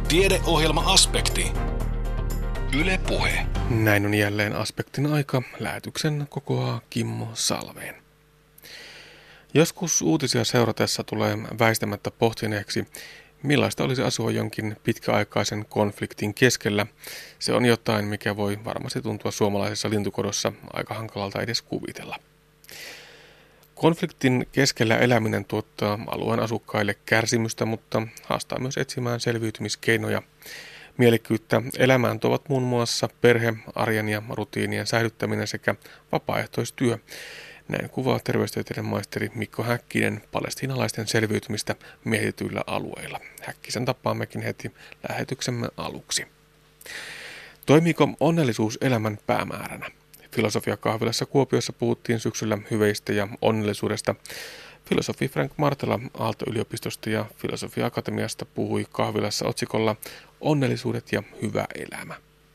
Tiedeohjelma-aspekti. Yle Puhe. Näin on jälleen aspektin aika. Lähetyksen kokoaa Kimmo Salveen. Joskus uutisia seuratessa tulee väistämättä pohtineeksi, millaista olisi asua jonkin pitkäaikaisen konfliktin keskellä. Se on jotain, mikä voi varmasti tuntua suomalaisessa lintukodossa aika hankalalta edes kuvitella. Konfliktin keskellä eläminen tuottaa alueen asukkaille kärsimystä, mutta haastaa myös etsimään selviytymiskeinoja. Mielekkyyttä elämään tuovat muun muassa perhe, arjen ja rutiinien säilyttäminen sekä vapaaehtoistyö. Näin kuvaa terveystieteiden maisteri Mikko Häkkinen palestiinalaisten selviytymistä miehitetyillä alueilla. Häkkisen tapaammekin heti lähetyksemme aluksi. Toimiiko onnellisuus elämän päämääränä? Filosofiakahvilassa Kuopiossa puhuttiin syksyllä hyveistä ja onnellisuudesta. Filosofi Frank Martela Aalto-yliopistosta ja Filosofia-akatemiasta puhui kahvilassa otsikolla Onnellisuudet ja hyvä elämä.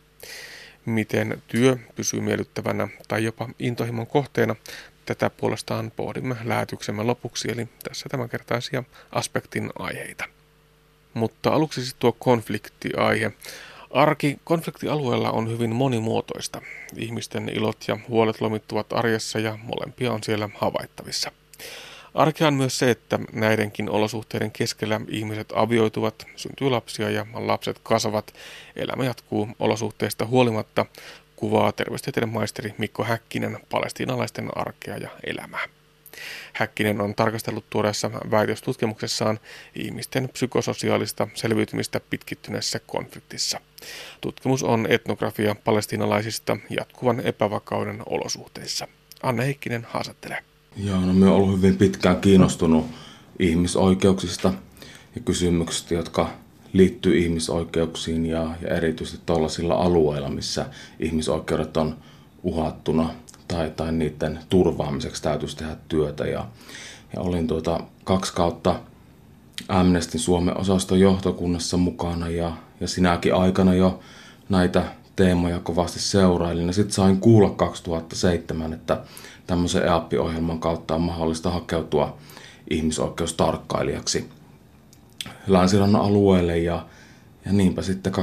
Miten työ pysyy miellyttävänä tai jopa intohimon kohteena? Tätä puolestaan pohdimme lähetyksemme lopuksi, eli tässä tämänkertaisia aspektin aiheita. Mutta aluksi siis tuo konfliktiaihe. Arki konfliktialueella on hyvin monimuotoista. Ihmisten ilot ja huolet lomittuvat arjessa ja molempia on siellä havaittavissa. Arkea on myös se, että näidenkin olosuhteiden keskellä ihmiset avioituvat, syntyy lapsia ja lapset kasvavat. Elämä jatkuu olosuhteista huolimatta, kuvaa terveystieteiden maisteri Mikko Häkkinen palestiinalaisten arkea ja elämää. Häkkinen on tarkastellut tuoreessa väitöstutkimuksessaan ihmisten psykososiaalista selviytymistä pitkittyneessä konfliktissa. Tutkimus on etnografia palestiinalaisista jatkuvan epävakauden olosuhteissa. Anne Heikkinen haastattelee. Joo, no me olen ollut hyvin pitkään kiinnostunut ihmisoikeuksista ja kysymyksistä, jotka liittyy ihmisoikeuksiin ja erityisesti tuollaisilla alueilla, missä ihmisoikeudet on uhattuna tai niiden turvaamiseksi täytyisi tehdä työtä. Ja olin 2 kautta Amnestyn Suomen osaston johtokunnassa mukana ja sinäkin aikana jo näitä teemoja kovasti seurailin. Ja sitten sain kuulla 2007, että tämmöisen EAP-ohjelman kautta on mahdollista hakeutua ihmisoikeustarkkailijaksi Länsirannan alueelle ja niinpä sitten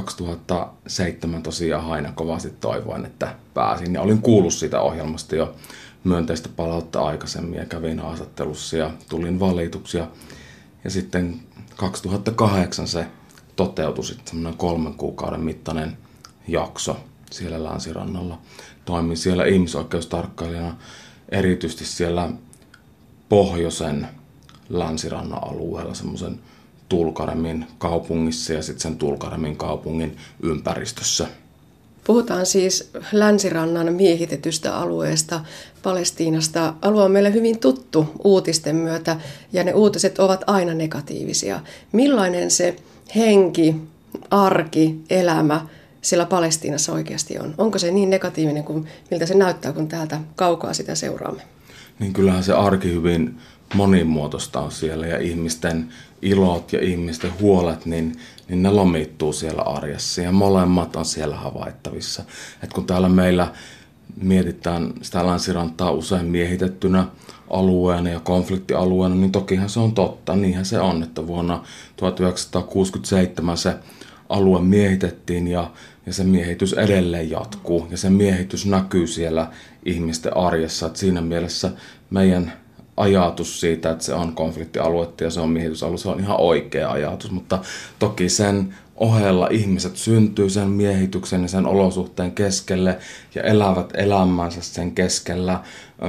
2007 tosiaan hain kovasti toivoin, että pääsin. Ja olin kuullut siitä ohjelmasta jo myönteistä palautta aikaisemmin ja kävin haastattelussa ja tulin valituksi. Ja sitten 2008 se toteutui sitten semmoinen 3 kuukauden mittainen jakso siellä Länsirannalla. Toimin siellä ihmisoikeustarkkailijana erityisesti siellä pohjoisen Länsirannan alueella semmoisen Tulkaremin kaupungissa ja sitten sen Tulkaremin kaupungin ympäristössä. Puhutaan siis Länsirannan miehitetystä alueesta, Palestiinasta. Alue on meille hyvin tuttu uutisten myötä ja ne uutiset ovat aina negatiivisia. Millainen se henki, arki, elämä siellä Palestiinassa oikeasti on? Onko se niin negatiivinen kuin miltä se näyttää, kun täältä kaukaa sitä seuraamme? Niin kyllähän se arki hyvin monimuotoista on siellä ja ihmisten ilot ja ihmisten huolet, niin ne lomittuu siellä arjessa ja molemmat on siellä havaittavissa. Et kun täällä meillä mietitään sitä Länsirantaa usein miehitettynä alueena ja konfliktialueena, niin tokihan se on totta. Niinhän se on, että vuonna 1967 se alue miehitettiin ja se miehitys edelleen jatkuu ja se miehitys näkyy siellä ihmisten arjessa. Et siinä mielessä meidän ajatus siitä, että se on konfliktialuetta ja se on miehitysalue, se on ihan oikea ajatus, mutta toki sen ohella ihmiset syntyy sen miehityksen ja sen olosuhteen keskelle ja elävät elämänsä sen keskellä.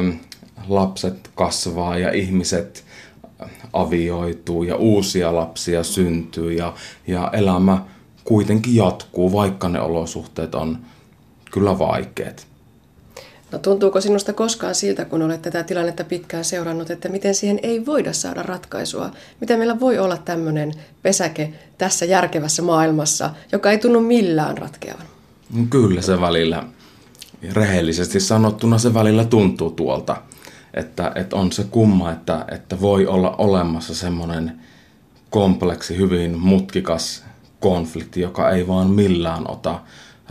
Lapset kasvaa ja ihmiset avioituu ja uusia lapsia syntyy ja elämä kuitenkin jatkuu, vaikka ne olosuhteet on kyllä vaikeat. No tuntuuko sinusta koskaan siltä, kun olet tätä tilannetta pitkään seurannut, että miten siihen ei voida saada ratkaisua? Miten meillä voi olla tämmöinen pesäke tässä järkevässä maailmassa, joka ei tunnu millään ratkeavan? Kyllä se välillä, rehellisesti sanottuna se välillä tuntuu tuolta, että on se kumma, että voi olla olemassa semmoinen kompleksi, hyvin mutkikas konflikti, joka ei vaan millään ota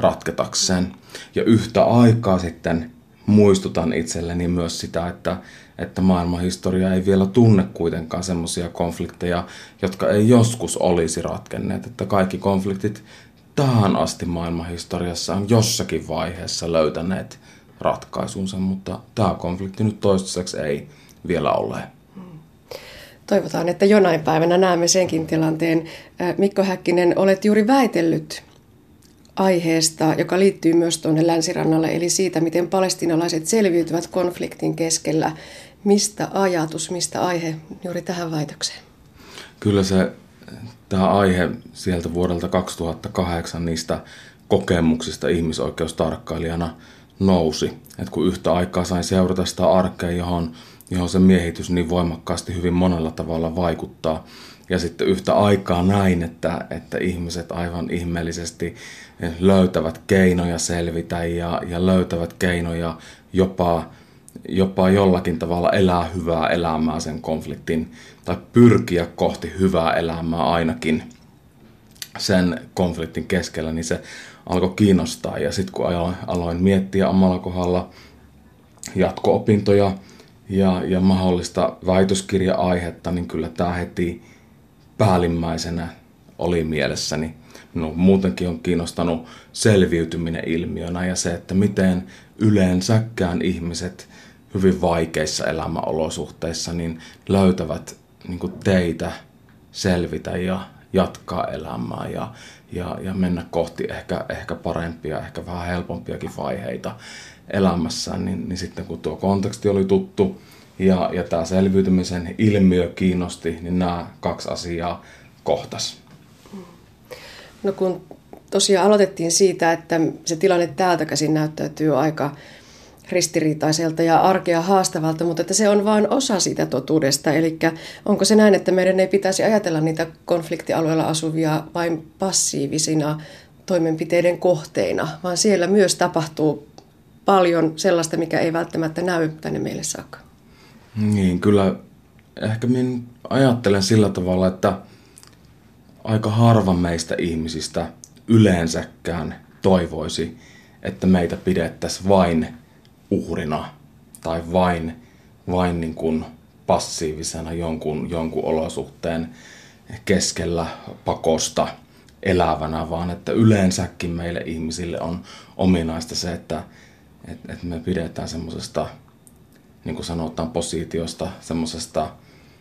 ratketakseen. Ja yhtä aikaa sitten muistutan itselleni myös sitä, että että maailmanhistoria ei vielä tunne kuitenkaan semmoisia konflikteja, jotka ei joskus olisi ratkenneet. Että kaikki konfliktit tähän asti maailmanhistoriassa on jossakin vaiheessa löytäneet ratkaisunsa, mutta tämä konflikti nyt toistaiseksi ei vielä ole. Toivotaan, että jonain päivänä näemme senkin tilanteen. Mikko Häkkinen, olet juuri väitellyt aiheesta, joka liittyy myös tuonne länsirannalle, eli siitä, miten palestiinalaiset selviytyvät konfliktin keskellä. Mistä ajatus, mistä aihe juuri tähän väitökseen? Kyllä tämä aihe sieltä vuodelta 2008 niistä kokemuksista ihmisoikeustarkkailijana nousi. Et kun yhtä aikaa sain seurata sitä arkea, johon se miehitys niin voimakkaasti hyvin monella tavalla vaikuttaa. Ja sitten yhtä aikaa näin, että ihmiset aivan ihmeellisesti löytävät keinoja selvitä ja löytävät keinoja jopa jollakin tavalla elää hyvää elämää sen konfliktin tai pyrkiä kohti hyvää elämää ainakin sen konfliktin keskellä, niin se alkoi kiinnostaa. Ja sitten kun aloin miettiä omalla kohdalla jatko-opintoja ja mahdollista väitöskirja-aihetta, niin kyllä tämä heti päällimmäisenä oli mielessäni. Minua muutenkin on kiinnostanut selviytyminen ilmiönä ja se, että miten yleensäkään ihmiset hyvin vaikeissa elämäolosuhteissa niin löytävät niin kuin teitä selvitä ja jatkaa elämää ja mennä kohti ehkä parempia, ehkä vähän helpompiakin vaiheita elämässään. Niin sitten kun tuo konteksti oli tuttu ja tämä selviytymisen ilmiö kiinnosti, niin nämä kaksi asiaa kohtas. No kun tosiaan aloitettiin siitä, että se tilanne täältä käsin näyttäytyy aika ristiriitaiselta ja arkea haastavalta, mutta että se on vain osa siitä totuudesta. Eli onko se näin, että meidän ei pitäisi ajatella niitä konfliktialueella asuvia vain passiivisina toimenpiteiden kohteina, vaan siellä myös tapahtuu paljon sellaista, mikä ei välttämättä näy tänne meille saakka. Niin, kyllä ehkä minä ajattelen sillä tavalla, että aika harva meistä ihmisistä yleensäkään toivoisi, että meitä pidettäisiin vain uhrina tai vain niin kuin passiivisena jonkun olosuhteen keskellä pakosta elävänä, vaan että yleensäkin meille ihmisille on ominaista se, että me pidetään semmoisesta, niin kuin sanotaan, positiosta, semmoisesta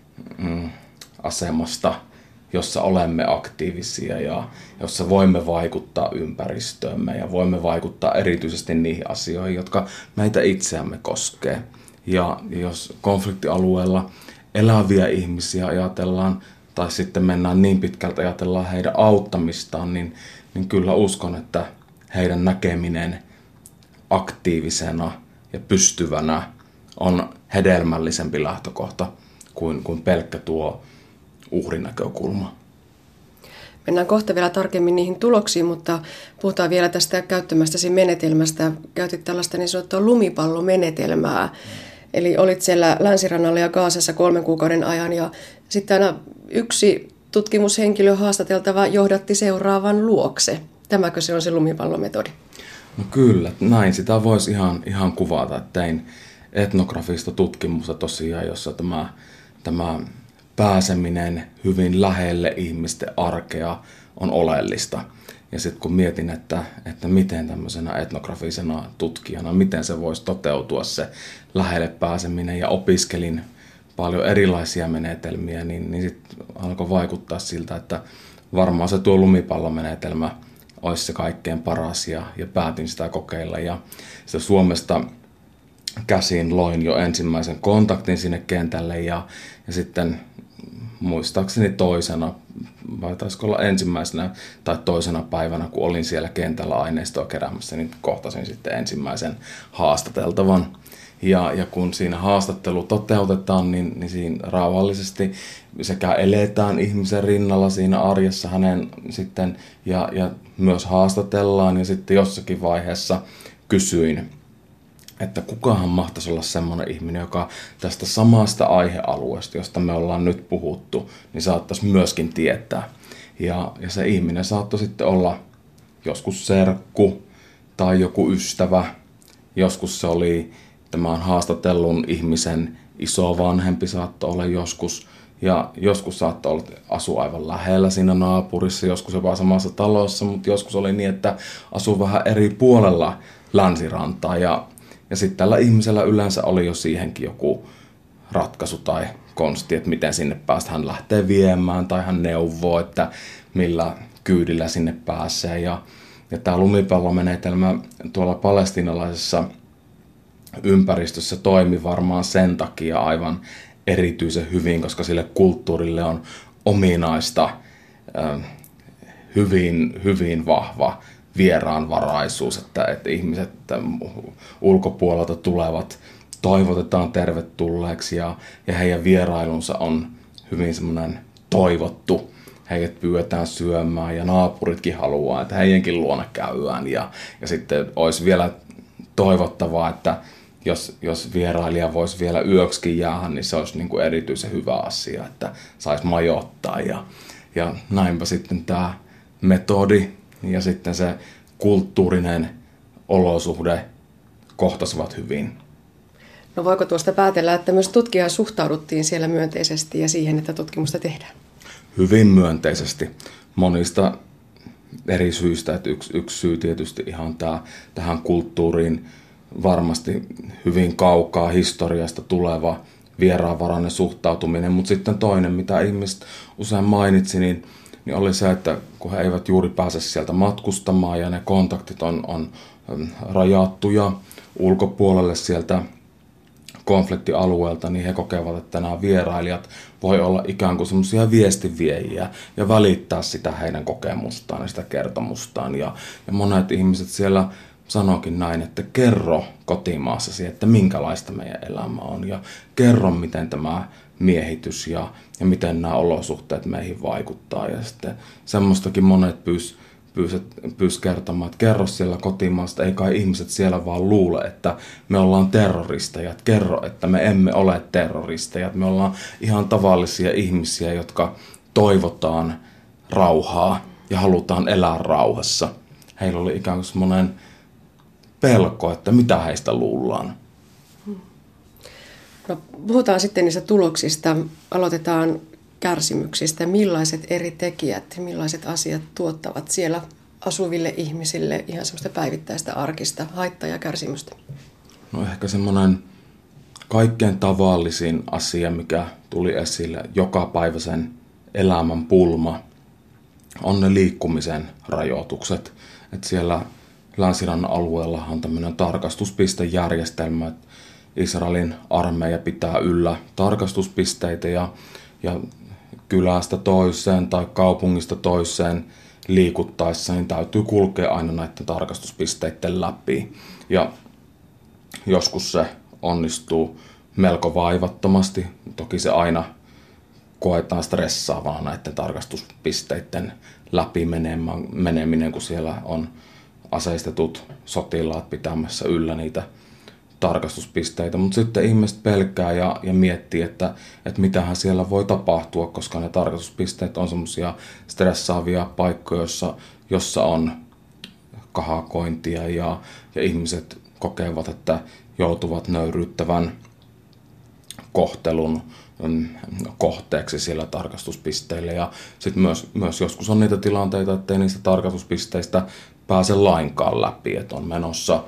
asemasta, jossa olemme aktiivisia ja jossa voimme vaikuttaa ympäristöömme ja voimme vaikuttaa erityisesti niihin asioihin, jotka meitä itseämme koskee. Ja jos konfliktialueella eläviä ihmisiä ajatellaan, tai sitten mennään niin pitkältä ajatellaan heidän auttamistaan, niin kyllä uskon, että heidän näkeminen aktiivisena ja pystyvänä on hedelmällisempi lähtökohta kuin pelkkä tuo uhrinäkökulma. Mennään kohta vielä tarkemmin niihin tuloksiin, mutta puhutaan vielä tästä käyttämästäsi menetelmästä. Käytit tällaista niin sanottua lumipallomenetelmää. Eli olit siellä Länsirannalla ja Gazassa 3 kuukauden ajan ja sitten aina yksi tutkimushenkilö haastateltava johdatti seuraavan luokse. Tämäkö se on se lumipallometodi? No kyllä, näin sitä voisi ihan kuvata. Että tein etnografista tutkimusta tosiaan, jossa tämä pääseminen hyvin lähelle ihmisten arkea on oleellista. Ja sitten kun mietin, että miten tämmöisenä etnografisena tutkijana, miten se voisi toteutua se lähelle pääseminen ja opiskelin paljon erilaisia menetelmiä, niin sitten alkoi vaikuttaa siltä, että varmaan se tuo lumipallomenetelmä olisi se kaikkein paras ja päätin sitä kokeilla. Ja sitä Suomesta käsin loin jo ensimmäisen kontaktin sinne kentälle ja sitten muistaakseni toisena, vai taisiko olla ensimmäisenä tai toisena päivänä, kun olin siellä kentällä aineistoa keräämässä, niin kohtasin sitten ensimmäisen haastateltavan. Ja kun siinä haastattelu toteutetaan, niin siinä rauhallisesti sekä eletään ihmisen rinnalla siinä arjessa hänen sitten ja myös haastatellaan. Ja sitten jossakin vaiheessa kysyin, että kukahan mahtaisi olla semmoinen ihminen, joka tästä samasta aihealueesta, josta me ollaan nyt puhuttu, niin saattaisi myöskin tietää. Ja se ihminen saattoi sitten olla joskus serkku tai joku ystävä. Joskus se oli tämän haastatellun ihmisen isovanhempi saattoi olla joskus, ja joskus saattoi olla asua aivan lähellä siinä naapurissa, joskus jopa samassa talossa, mutta joskus oli niin, että asui vähän eri puolella länsirantaa, ja sitten tällä ihmisellä yleensä oli jo siihenkin joku ratkaisu tai konsti, että miten sinne päästä hän lähtee viemään, tai hän neuvoo, että millä kyydillä sinne pääsee. Ja tämä lumipallomenetelmä tuolla palestiinalaisessa ympäristössä toimi varmaan sen takia aivan erityisen hyvin, koska sille kulttuurille on ominaista hyvin vahva vieraanvaraisuus, että ihmiset ulkopuolelta tulevat toivotetaan tervetulleeksi ja heidän vierailunsa on hyvin semmoinen toivottu. Heidät pyydetään syömään ja naapuritkin haluaa, että heidänkin luona käydään. Ja sitten olisi vielä toivottavaa, että jos vierailija voisi vielä yöksikin jäädä, niin se olisi niin kuin erityisen hyvä asia, että saisi majoittaa. Ja näinpä sitten tämä metodi ja sitten se kulttuurinen olosuhde kohtasivat hyvin. No voiko tuosta päätellä, että myös tutkijaan suhtauduttiin siellä myönteisesti ja siihen, että tutkimusta tehdään? Hyvin myönteisesti monista eri syistä. Että yksi syy tietysti ihan tähän kulttuuriin varmasti hyvin kaukaa historiasta tuleva vieraanvarainen suhtautuminen, mutta sitten toinen, mitä ihmiset usein mainitsi, niin oli se, että kun he eivät juuri pääse sieltä matkustamaan ja ne kontaktit on rajattuja ulkopuolelle sieltä konfliktialueelta, niin he kokevat, että nämä vierailijat voi olla ikään kuin semmoisia viestinviejiä ja välittää sitä heidän kokemustaan ja sitä kertomustaan. Ja monet ihmiset siellä sanoikin näin, että kerro kotimaassasi, että minkälaista meidän elämä on ja kerro, miten tämä miehitys ja miten nämä olosuhteet meihin vaikuttaa. Ja sitten semmoistakin monet pyysi kertomaan, että kerro siellä kotimaasta, ei kai ihmiset siellä vaan luule, että me ollaan terroristeja. Kerro, että me emme ole terroristeja. Me ollaan ihan tavallisia ihmisiä, jotka toivotaan rauhaa ja halutaan elää rauhassa. Heillä oli ikään kuin semmoinen pelko, että mitä heistä luullaan. No, puhutaan sitten niistä tuloksista. Aloitetaan kärsimyksistä. Millaiset eri tekijät, millaiset asiat tuottavat siellä asuville ihmisille ihan semmoista päivittäistä arkista haittaa ja kärsimystä? No ehkä semmoinen kaikkein tavallisin asia, mikä tuli esille jokapäiväisen elämän pulma, on ne liikkumisen rajoitukset. Että siellä Länsirannan alueella on tämmöinen tarkastuspistejärjestelmä, että Israelin armeija pitää yllä tarkastuspisteitä ja kylästä toiseen tai kaupungista toiseen liikuttaessa, niin täytyy kulkea aina näiden tarkastuspisteiden läpi. Ja joskus se onnistuu melko vaivattomasti. Toki se aina koetaan stressaavana näiden tarkastuspisteiden läpi meneminen, kun siellä on aseistetut sotilaat pitämässä yllä niitä tarkastuspisteitä, mutta sitten ihmiset pelkää ja miettii, että mitähän siellä voi tapahtua, koska ne tarkastuspisteet on semmoisia stressaavia paikkoja, jossa on kahakointia ja ihmiset kokevat, että joutuvat nöyryyttävän kohtelun kohteeksi siellä tarkastuspisteillä. Ja sitten myös joskus on niitä tilanteita, ettei niistä tarkastuspisteistä pääse lainkaan läpi, että on menossa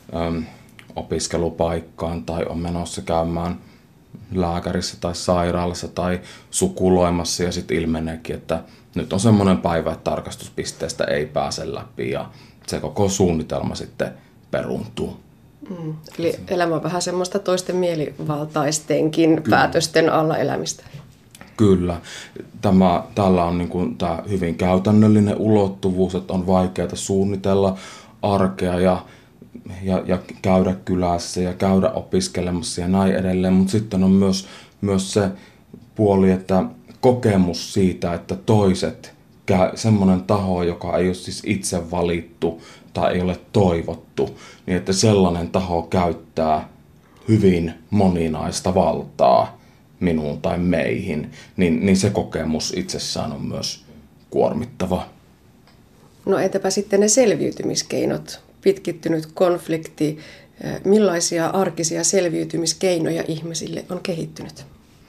opiskelupaikkaan tai on menossa käymään lääkärissä tai sairaalassa tai sukuloimassa ja sitten ilmeneekin, että nyt on semmoinen päivä, että tarkastuspisteestä ei pääse läpi ja se koko suunnitelma sitten peruuntuu. Eli elämä on vähän semmoista toisten mielivaltaistenkin päätösten alla elämistä. Kyllä. Tällä on niin kuin tämä hyvin käytännöllinen ulottuvuus, että on vaikeaa suunnitella arkea ja käydä kylässä ja käydä opiskelemassa ja näin edelleen, mutta sitten on myös se puoli, että kokemus siitä, että toiset, semmoinen taho, joka ei ole siis itse valittu tai ei ole toivottu, niin että sellainen taho käyttää hyvin moninaista valtaa minuun tai meihin, niin se kokemus itsessään on myös kuormittava. No entäpä sitten ne selviytymiskeinot? pitkittynyt konflikti, millaisia arkisia selviytymiskeinoja ihmisille on kehittynyt?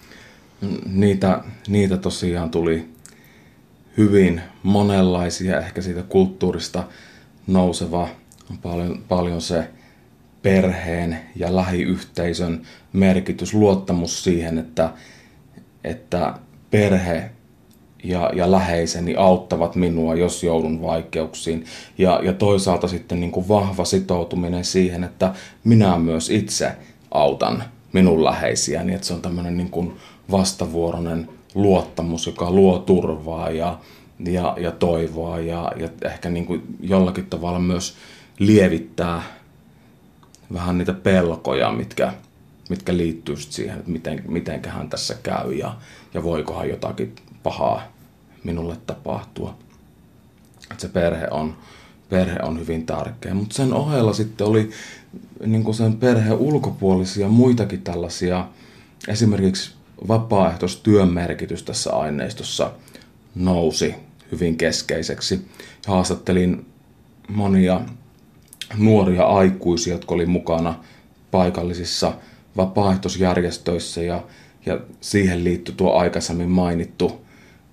Niitä tosiaan tuli hyvin monenlaisia, ehkä siitä kulttuurista nouseva paljon se perheen ja lähiyhteisön merkitys, luottamus siihen, että perhe ja läheiseni auttavat minua, jos joudun vaikeuksiin. Ja toisaalta sitten niin kuin vahva sitoutuminen siihen, että minä myös itse autan minun läheisiäni. Että se on tämmöinen niin kuin vastavuoroinen luottamus, joka luo turvaa ja toivoa ja ehkä niin kuin jollakin tavalla myös lievittää vähän niitä pelkoja, mitkä liittyy siihen, että mitenköhän tässä käy ja voikohan jotakin pahaa minulle tapahtua. Että se perhe on hyvin tärkeä, mutta sen ohella sitten oli niin kuin sen perheen ulkopuolisia muitakin tällaisia, esimerkiksi vapaaehtoistyön merkitys tässä aineistossa nousi hyvin keskeiseksi. Haastattelin monia nuoria aikuisia, jotka oli mukana paikallisissa vapaaehtoisjärjestöissä ja siihen liittyi tuo aikaisemmin mainittu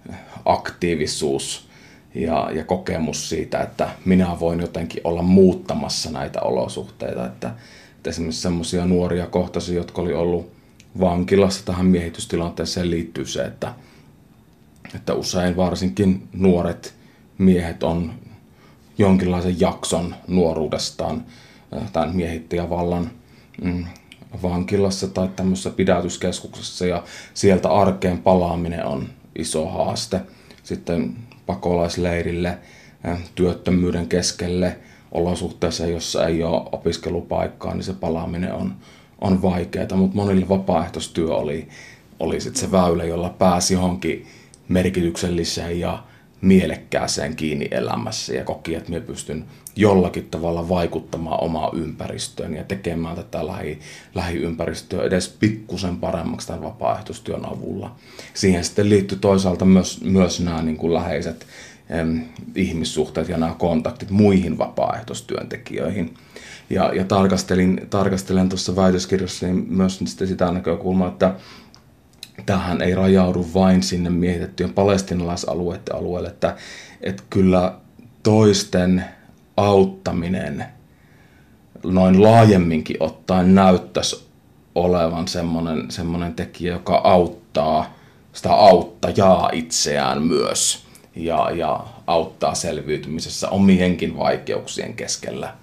aktiivisuus ja kokemus siitä, että minä voin jotenkin olla muuttamassa näitä olosuhteita. Että esimerkiksi semmoisia nuoria kohtaisia, jotka oli ollut vankilassa tähän miehitystilanteeseen liittyy se, että usein varsinkin nuoret miehet on jonkinlaisen jakson nuoruudestaan tämän miehittäjävallan vankilassa tai tämmöisessä pidätyskeskuksessa ja sieltä arkeen palaaminen on iso haaste. Sitten pakolaisleirille, työttömyyden keskelle, olosuhteessa, jossa ei ole opiskelupaikkaa, niin se palaaminen on vaikeaa, mutta monille vapaaehtoistyö oli sit se väylä, jolla pääsi johonkin merkitykselliseen ja mielekkääseen kiinni elämässä ja koki, että minä pystyn jollakin tavalla vaikuttamaan omaan ympäristöön ja tekemään tätä lähiympäristöä edes pikkusen paremmaksi tämän vapaaehtoistyön avulla. Siihen sitten liittyy toisaalta myös nämä niin kuin läheiset ihmissuhteet ja nämä kontaktit muihin vapaaehtoistyöntekijöihin. Ja tarkastelen tuossa väitöskirjassa myös sitä näkökulmaa, että tämähän ei rajaudu vain sinne miehitettyjen palestiinalaisalueiden alueelle, että kyllä toisten auttaminen noin laajemminkin ottaen näyttäisi olevan semmoinen tekijä, joka auttaa sitä auttajaa itseään myös ja auttaa selviytymisessä omienkin vaikeuksien keskellä.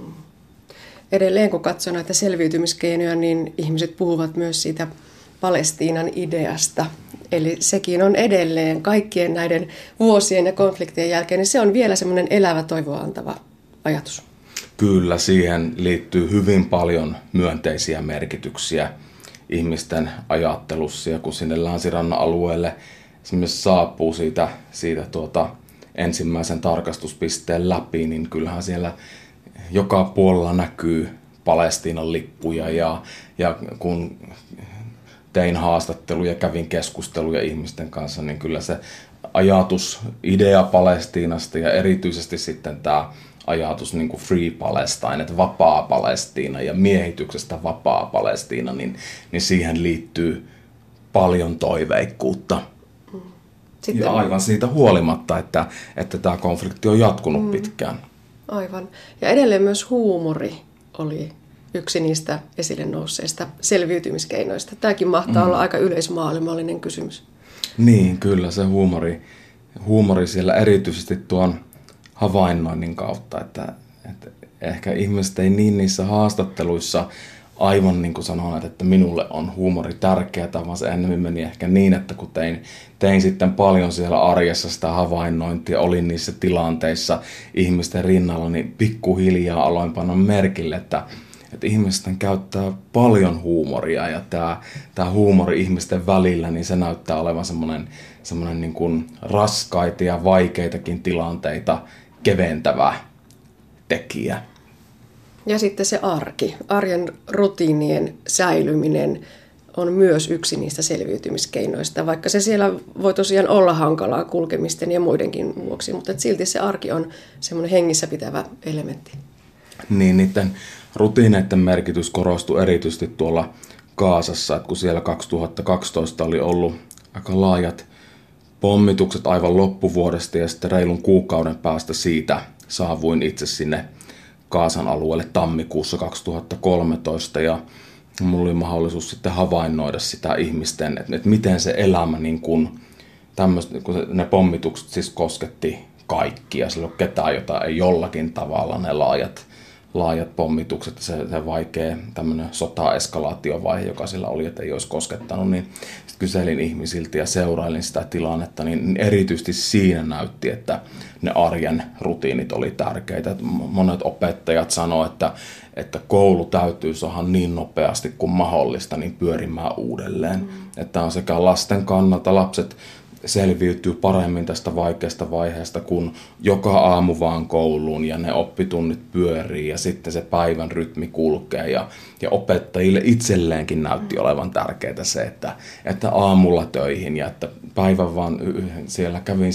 Edelleen kun katsoo näitä selviytymiskeinoja, niin ihmiset puhuvat myös siitä Palestiinan ideasta. Eli sekin on edelleen kaikkien näiden vuosien ja konfliktien jälkeen, niin se on vielä semmoinen elävä toivoa antava ajatus. Kyllä, siihen liittyy hyvin paljon myönteisiä merkityksiä ihmisten ajattelussa. Ja kun sinne Länsirannan alueelle esimerkiksi saapuu siitä ensimmäisen tarkastuspisteen läpi, niin kyllähän siellä joka puolella näkyy Palestiinan lippuja ja kun tein haastatteluja, kävin keskusteluja ihmisten kanssa, niin kyllä se ajatus, idea Palestiinasta ja erityisesti sitten tämä ajatus niin kuin Free Palestine, että vapaa Palestiina ja miehityksestä vapaa Palestiina, niin siihen liittyy paljon toiveikkuutta. Sitten, ja aivan siitä huolimatta, että tämä konflikti on jatkunut pitkään. Aivan. Ja edelleen myös huumori oli yksi niistä esille nousseista selviytymiskeinoista. Tämäkin mahtaa olla aika yleismaailmallinen kysymys. Niin, kyllä se huumori siellä erityisesti tuon havainnoinnin kautta, että ehkä ihmiset ei niin niissä haastatteluissa aivan niin kuin sanoin, että minulle on huumori tärkeää, vaan se enemmän meni ehkä niin, että kun tein sitten paljon siellä arjessa sitä havainnointia, olin niissä tilanteissa ihmisten rinnalla, niin pikkuhiljaa aloin panna merkille, että ihmisten käyttää paljon huumoria ja tämä huumori ihmisten välillä, niin se näyttää olevan semmoinen niin kuin raskaita ja vaikeitakin tilanteita keventävä tekijä. Ja sitten se arjen rutiinien säilyminen on myös yksi niistä selviytymiskeinoista, vaikka se siellä voi tosiaan olla hankalaa kulkemisten ja muidenkin vuoksi, mutta silti se arki on semmoinen hengissä pitävä elementti. niin niiden rutiineiden merkitys korostui erityisesti tuolla Gazassa, että kun siellä 2012 oli ollut aika laajat pommitukset aivan loppuvuodesta ja sitten reilun kuukauden päästä siitä saavuin itse sinne Gazan alueelle tammikuussa 2013 ja mulla oli mahdollisuus sitten havainnoida sitä ihmisten, että miten se elämä, niin kun ne pommitukset siis kosketti kaikkia, sillä ei ole ketään, jota ei jollakin tavalla ne laajat pommitukset, se vaikea tämmöinen sota-eskalaatiovaihe, joka sillä oli, että ei olisi koskettanut, niin sitten kyselin ihmisiltä ja seurailin sitä tilannetta, niin erityisesti siinä näytti, että ne arjen rutiinit oli tärkeitä. Monet opettajat sanoivat, että koulu täytyy saada niin nopeasti kuin mahdollista niin pyörimään uudelleen. Että on sekä lasten kannalta, lapset selviytyy paremmin tästä vaikeasta vaiheesta, kun joka aamu vaan kouluun ja ne oppitunnit pyörii ja sitten se päivän rytmi kulkee. Ja opettajille itselleenkin näytti olevan tärkeää se, että aamulla töihin ja että päivän vaan siellä kävin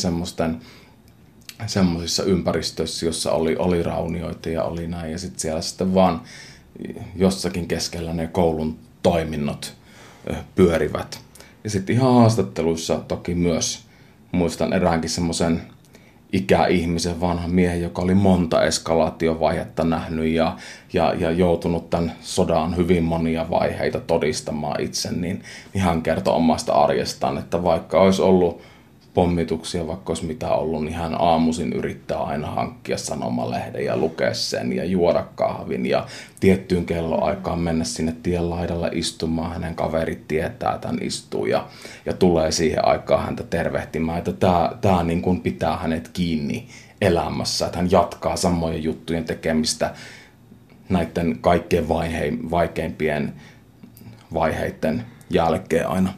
semmoisissa ympäristöissä, jossa oli raunioita ja oli näin. Ja sitten siellä sitten vaan jossakin keskellä ne koulun toiminnot pyörivät. Ja sitten ihan haastatteluissa toki myös muistan eräänkin semmoisen ikäihmisen vanhan miehen, joka oli monta eskalaatiovaihetta nähnyt ja joutunut tämän sodan hyvin monia vaiheita todistamaan itse, niin hän kertoi omasta arjestaan, että vaikka olisi ollut pommituksia, vaikka olisi mitä ollut, niin hän aamuisin yrittää aina hankkia sanomalehden ja lukea sen ja juoda kahvin ja tiettyyn kelloaikaan mennä sinne tien laidalle istumaan. Hänen kaverit tietää, että hän istuu ja tulee siihen aikaan häntä tervehtimään. Että tämä niin kuin pitää hänet kiinni elämässä, että hän jatkaa samojen juttujen tekemistä näiden kaikkein vaikeimpien vaiheiden jälkeen aina.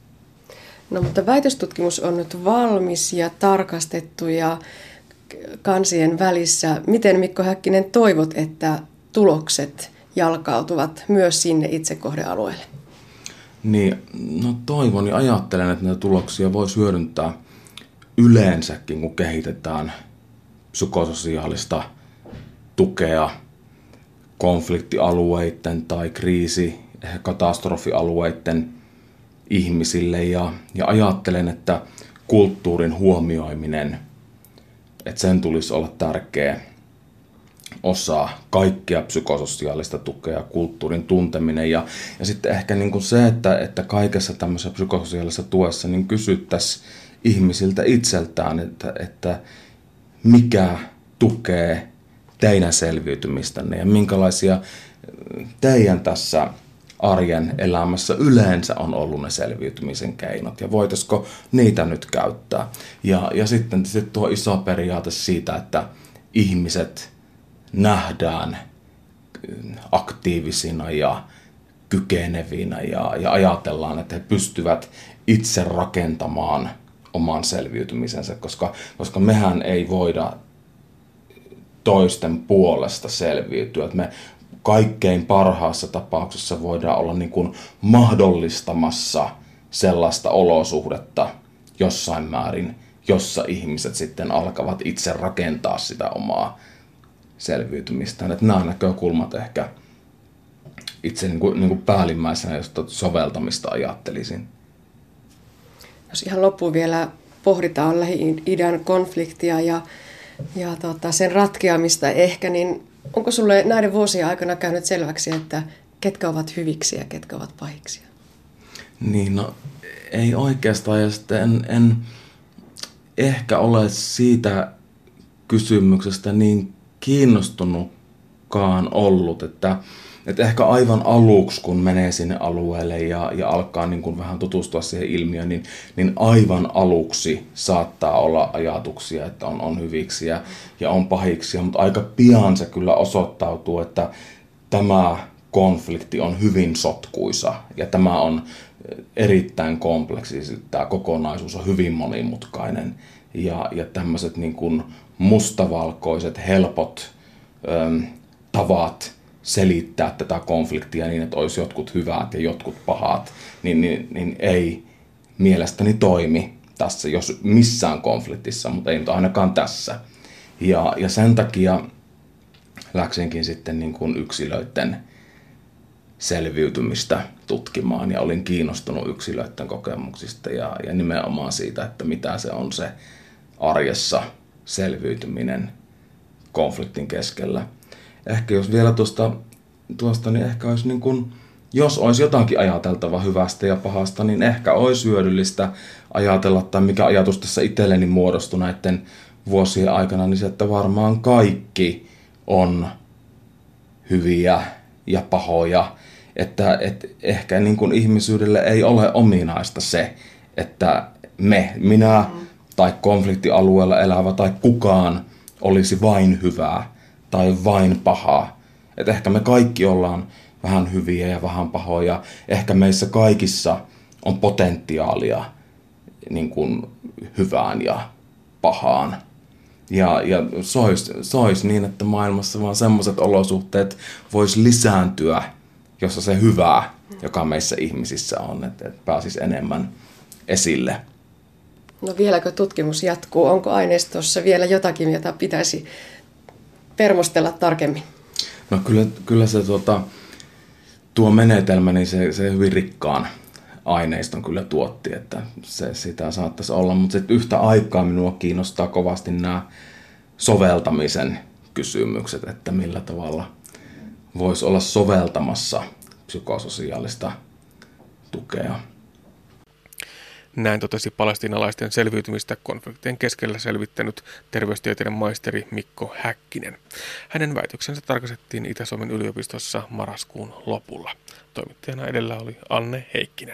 No mutta väitöstutkimus on nyt valmis ja tarkastettu ja kansien välissä. Miten Mikko Häkkinen toivot, että tulokset jalkautuvat myös sinne itsekohdealueelle? Niin, no toivon ja ajattelen, että näitä tuloksia voisi hyödyntää yleensäkin, kun kehitetään psykososiaalista tukea konfliktialueiden tai katastrofialueiden ihmisille ja ajattelen, että kulttuurin huomioiminen, että sen tulisi olla tärkeä osa kaikkea psykososiaalista tukea, kulttuurin tunteminen ja sitten ehkä niin kuin se, että kaikessa tämmöisessä psykososiaalisessa tuessa niin kysyttäisiin ihmisiltä itseltään, että mikä tukee teidän selviytymistänne ja minkälaisia teidän tässä arjen elämässä yleensä on ollut ne selviytymisen keinot ja voitaisiko niitä nyt käyttää. Ja sitten tuo iso periaate siitä, että ihmiset nähdään aktiivisina ja kykenevinä ja ajatellaan, että he pystyvät itse rakentamaan oman selviytymisensä, koska mehän ei voida toisten puolesta selviytyä. Että me kaikkein parhaassa tapauksessa voidaan olla niin kuin mahdollistamassa sellaista olosuhdetta jossain määrin, jossa ihmiset sitten alkavat itse rakentaa sitä omaa selviytymistään. Että nämä näkökulmat ehkä itse niin kuin päällimmäisenä, jos soveltamista ajattelisin. Jos ihan loppuun vielä pohditaan Lähi-idän konfliktia ja sen ratkeamista ehkä, niin onko sulle näiden vuosien aikana käynyt selväksi, että ketkä ovat hyviksi ja ketkä ovat pahiksi? Niin, no ei oikeastaan. Ja sitten en ehkä ole siitä kysymyksestä niin kiinnostunutkaan ollut, että ehkä aivan aluksi, kun menee sinne alueelle ja alkaa niin kuin vähän tutustua siihen ilmiöön, niin aivan aluksi saattaa olla ajatuksia, että on hyviksi ja on pahiksi, mutta aika pian se kyllä osoittautuu, että tämä konflikti on hyvin sotkuisa ja tämä on erittäin kompleksista, tämä kokonaisuus on hyvin monimutkainen ja tämmöiset niin kuin mustavalkoiset, helpot tavat selittää tätä konfliktia niin, että olisi jotkut hyvät ja jotkut pahat, niin ei mielestäni toimi tässä, jos missään konfliktissa, mutta ei nyt ainakaan tässä. Ja sen takia läksinkin sitten niin kuin yksilöiden selviytymistä tutkimaan ja olin kiinnostunut yksilöiden kokemuksista ja nimenomaan siitä, että mitä se on se arjessa selviytyminen konfliktin keskellä. Ehkä jos vielä tuosta niin ehkä olisi niin kuin, jos olisi jotakin ajateltava hyvästä ja pahasta, niin ehkä olisi hyödyllistä ajatella, tai mikä ajatus tässä itselleni muodostui näiden vuosien aikana, niin se, että varmaan kaikki on hyviä ja pahoja. Että ehkä niin kuin ihmisyydelle ei ole ominaista se, että minä tai konfliktialueella elävä tai kukaan olisi vain hyvää tai vain pahaa. Että ehkä me kaikki ollaan vähän hyviä ja vähän pahoja. Ehkä meissä kaikissa on potentiaalia niin kuin hyvään ja pahaan. Ja se olisi niin, että maailmassa vaan semmoiset olosuhteet vois lisääntyä, jossa se hyvä, joka meissä ihmisissä on, että pääsisi enemmän esille. No vieläkö tutkimus jatkuu? Onko aineistossa vielä jotakin, jota pitäisi permostella tarkemmin? No kyllä se tuo menetelmä, niin se hyvin rikkaan aineiston kyllä tuotti, että sitä saattaisi olla. Mutta sitten yhtä aikaa minua kiinnostaa kovasti nämä soveltamisen kysymykset, että millä tavalla voisi olla soveltamassa psykososiaalista tukea. Näin totesi palestiinalaisten selviytymistä konfliktien keskellä selvittänyt terveystieteiden maisteri Mikko Häkkinen. Hänen väitöksensä tarkastettiin Itä-Suomen yliopistossa marraskuun lopulla. Toimittajana edellä oli Anne Heikkinen.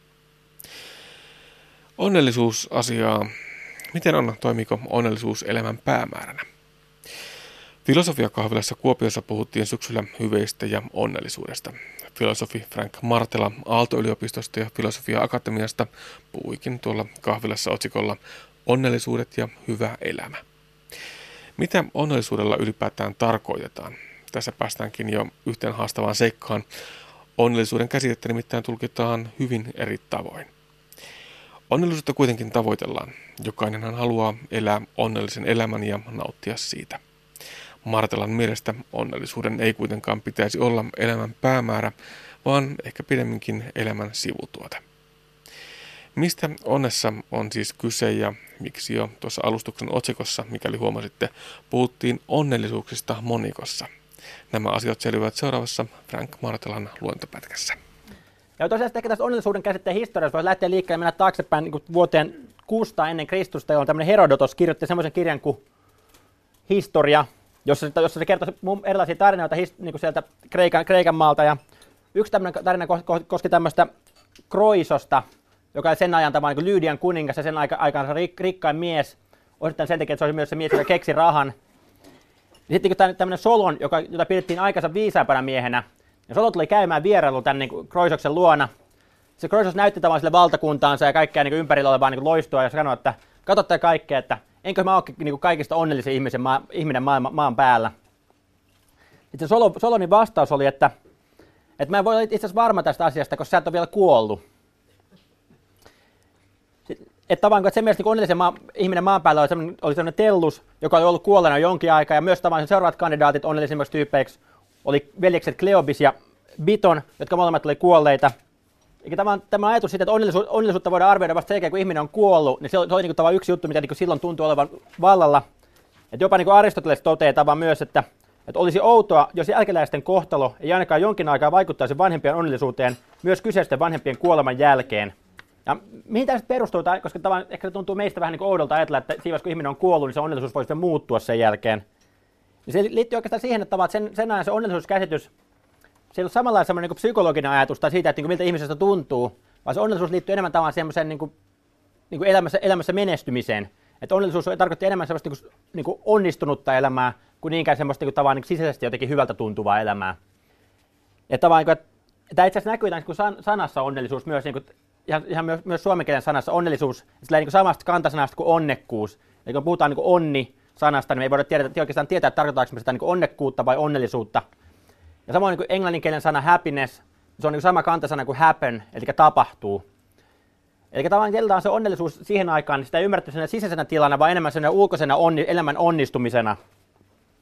Onnellisuusasiaa. Miten on? Toimiiko onnellisuus elämän päämääränä? Filosofiakahvilassa Kuopiossa puhuttiin syksyllä hyveistä ja onnellisuudesta. Filosofi Frank Martela Aalto-yliopistosta ja Filosofia-akatemiasta puhuikin tuolla kahvilassa otsikolla Onnellisuudet ja hyvä elämä. Mitä onnellisuudella ylipäätään tarkoitetaan? Tässä päästäänkin jo yhteen haastavaan seikkaan. Onnellisuuden käsitettä nimittäin tulkitaan hyvin eri tavoin. Onnellisuutta kuitenkin tavoitellaan. Jokainenhan haluaa elää onnellisen elämän ja nauttia siitä. Martelan mielestä onnellisuuden ei kuitenkaan pitäisi olla elämän päämäärä, vaan ehkä pidemminkin elämän sivutuote. Mistä onnessa on siis kyse ja miksi jo tuossa alustuksen otsikossa, mikäli huomasitte, puhuttiin onnellisuuksista monikossa? Nämä asiat selviävät seuraavassa Frank Martelan luentopätkässä. Ja tosiaan ehkä tästä onnellisuuden käsitteen historiassa voisi lähteä liikkeelle ja mennä taaksepäin niin vuoteen 600 ennen Kristusta, jolloin tämmöinen Herodotos kirjoitti semmoisen kirjan kuin Historia, jossa se kertoi erilaisia tarinoita niin kuin sieltä Kreikan maalta. Ja yksi tämmöinen tarina koski tämmöistä Kroisosta, joka oli sen ajan tämä niin Lyydian kuningas ja sen aikansa rikkain mies. Osittain sen takia, että se oli myös se mies, joka keksi rahan. Ja sitten kun tämmöinen Solon, jota pidettiin aikansa viisaampana miehenä, ja Solon tuli käymään vierailu tämän niin Kroisoksen luona. Se Kroisos näytti tavallaan sille valtakuntaansa ja kaikkea niin ympärillä olevaa niin loistua ja sanoi, että katsotte kaikkea, että enkö mä olekin niin kaikista onnellisin ihminen maan päällä. Sitten Solonin vastaus oli, että mä en voi olla itse asiassa varma tästä asiasta, koska sä et ole vielä kuollut. Että se mielestä niin onnellisen ihminen maan päällä oli sellainen Tellus, joka oli ollut kuolleena jonkin aikaa, ja myös tavallaan seuraavat kandidaatit onnellisimmiksi tyypeiksi oli veljekset Kleobis ja Biton, jotka molemmat oli kuolleita. Eikä tämä ajatus siitä, että onnellisuutta voidaan arvioida vasta sen jälkeen, kun ihminen on kuollut, niin se oli niin kuin yksi juttu, mitä niin kuin silloin tuntuu olevan vallalla. Että jopa niin kuin Aristoteles toteaa myös, että olisi outoa, jos jälkeläisten kohtalo ei ainakaan jonkin aikaa vaikuttaisi vanhempien onnellisuuteen myös kyseisten vanhempien kuoleman jälkeen. Ja mihin tämä sitten perustuu, koska ehkä se tuntuu meistä vähän niin kuin oudolta ajatella, että siinä kun ihminen on kuollut, niin se onnellisuus voisi muuttua sen jälkeen. Ja se liittyy oikeastaan siihen, että sen ajan se onnellisuuskäsitys, se ei ole samalla semmoinen niin psykologinen ajatus tai siitä, että niin miltä ihmisestä tuntuu, vaan se onnellisuus liittyy enemmän tavallaan semmoiseen niin kuin elämässä menestymiseen. Että onnellisuus tarkoitti enemmän semmoista niin kuin onnistunutta elämää kuin niinkään semmoista niin kuin sisäisesti jotenkin hyvältä tuntuvaa elämää. Että tämä itse asiassa näkyy niin sanassa onnellisuus myös, niin kuin, ihan myös suomen kielen sanassa onnellisuus, sillä niin samasta kantasanasta kuin onnekkuus. Eli kun puhutaan niin onni-sanasta, niin me ei voida oikeastaan tietää, että tarkoitaanko me sitä niin onnekkuutta vai onnellisuutta. Ja samoin niin englanninkielen sana happiness, se on niin sama kantasana kuin happen, eli tapahtuu. Eli tavallaan se onnellisuus siihen aikaan, niin sitä ei ymmärretty sisäisenä tilana, vaan enemmän ulkoisena elämän onnistumisena.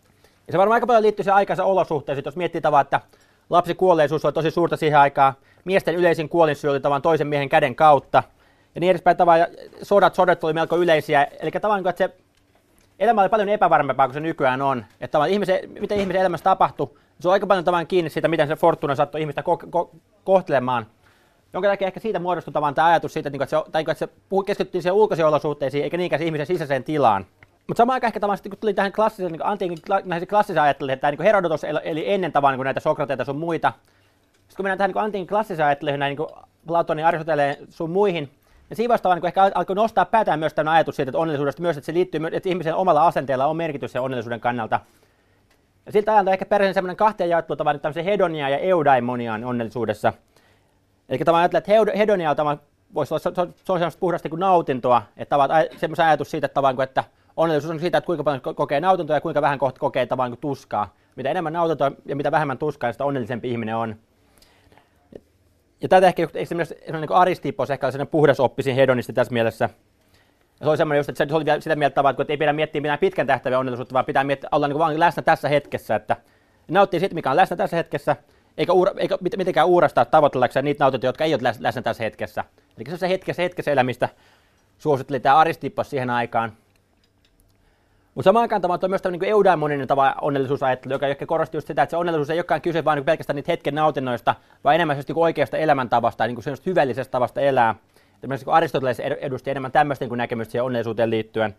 Ja se varmaan aika paljon liittyy siihen aikansa olosuhteisiin, jos miettii tavallaan, että lapsikuolleisuus oli tosi suurta siihen aikaan, miesten yleisin kuolinsyy oli tavallaan toisen miehen käden kautta, ja niin edespäin tavallaan sodat oli melko yleisiä, eli tavallaan, että se elämä oli paljon epävarmempaa kuin se nykyään on, että tavallaan mitä ihmisen elämässä tapahtui, se on aika paljon tavallaan kiinni siitä, miten se fortuna saattoi ihmistä kohtelemaan, jonka takia ehkä siitä muodostui tavallaan tämä ajatus siitä, että se keskittyi siihen ulkoisiin olosuhteisiin, eikä niinkään ihmisen sisäiseen tilaan. Mutta samaan aikaan ehkä tavallaan, kun tuli tähän klassiseen, niin antiikin klassiseen ajatteluun, että niin Herodotos eli ennen tavallaan niin näitä Sokrateita sun muita. Sitten kun mennään tähän niin antiikin klassiseen ajatteluun, näin niin Platonin, Aristoteleen sun muihin, ja siinä vasta niin ehkä alkoi nostaa päätään myös tämmöinen ajatus siitä, että onnellisuudesta myös, että se liittyy, että ihmisen omalla asenteella on merkitys sen onnellisuuden kannalta. Ja siltä ajalta ehkä peräisin semmoinen kahteen jaottelu tavallaan tämmöisen hedonia ja eudaimoniaan onnellisuudessa. Eli tavallaan ajatellaan, että hedonia voisi olla, se on semmoista puhdasta niin nautintoa, että tavallaan semmoisen ajatus siitä, että onnellisuus on siitä, että kuinka paljon kokee nautintoa ja kuinka vähän kokee tavallaan niin tuskaa. Mitä enemmän nautintoa ja mitä vähemmän tuskaa, niin sitä onnellisempi ihminen on. Ja tätä ehkä esimerkiksi niin Aristippos ehkä oli sellainen puhdasoppisin hedonisti tässä mielessä. Ja se oli semmoinen just, että se oli sitä mieltä tavalla, että ei pidä miettiä mitään pitkän tähtäimen onnellisuutta, vaan pitää olla niin vaan läsnä tässä hetkessä. Että nauttii siitä, mikä on läsnä tässä hetkessä, eikä mitenkään uurastaa tavoitellakseen niitä nautintoja, jotka ei ole läsnä tässä hetkessä. Eli se hetkessä elämistä suositteli tämä Aristippos siihen aikaan. Mutta samaan aikaan on myös tämmöinen eudaimoninen onnellisuusajattelu, joka korosti just sitä, että se onnellisuus ei olekaan kyse vain pelkästään niitä hetken nautinnoista, vaan enemmän oikeasta elämäntavasta ja niin hyvällisestä tavasta elää. Esimerkiksi Aristoteles edusti enemmän tämmöistä niin näkemystä siihen onnellisuuteen liittyen,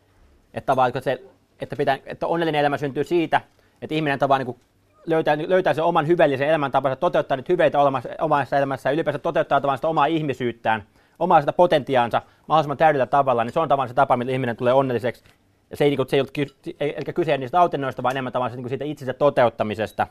että onnellinen elämä syntyy siitä, että ihminen niin löytää sen oman hyvällisen elämäntapansa, toteuttaa niitä hyveitä omassa elämässä ja ylipäänsä toteuttaa sitä omaa ihmisyyttään, omaa sitä potentiaansa mahdollisimman täydellä tavalla, niin se on tavallaan se tapa, millä ihminen tulee onnelliseksi. Ja se ei ole kyse niistä nautinnoista, vaan enemmän tavallaan siitä itsensä toteuttamisesta.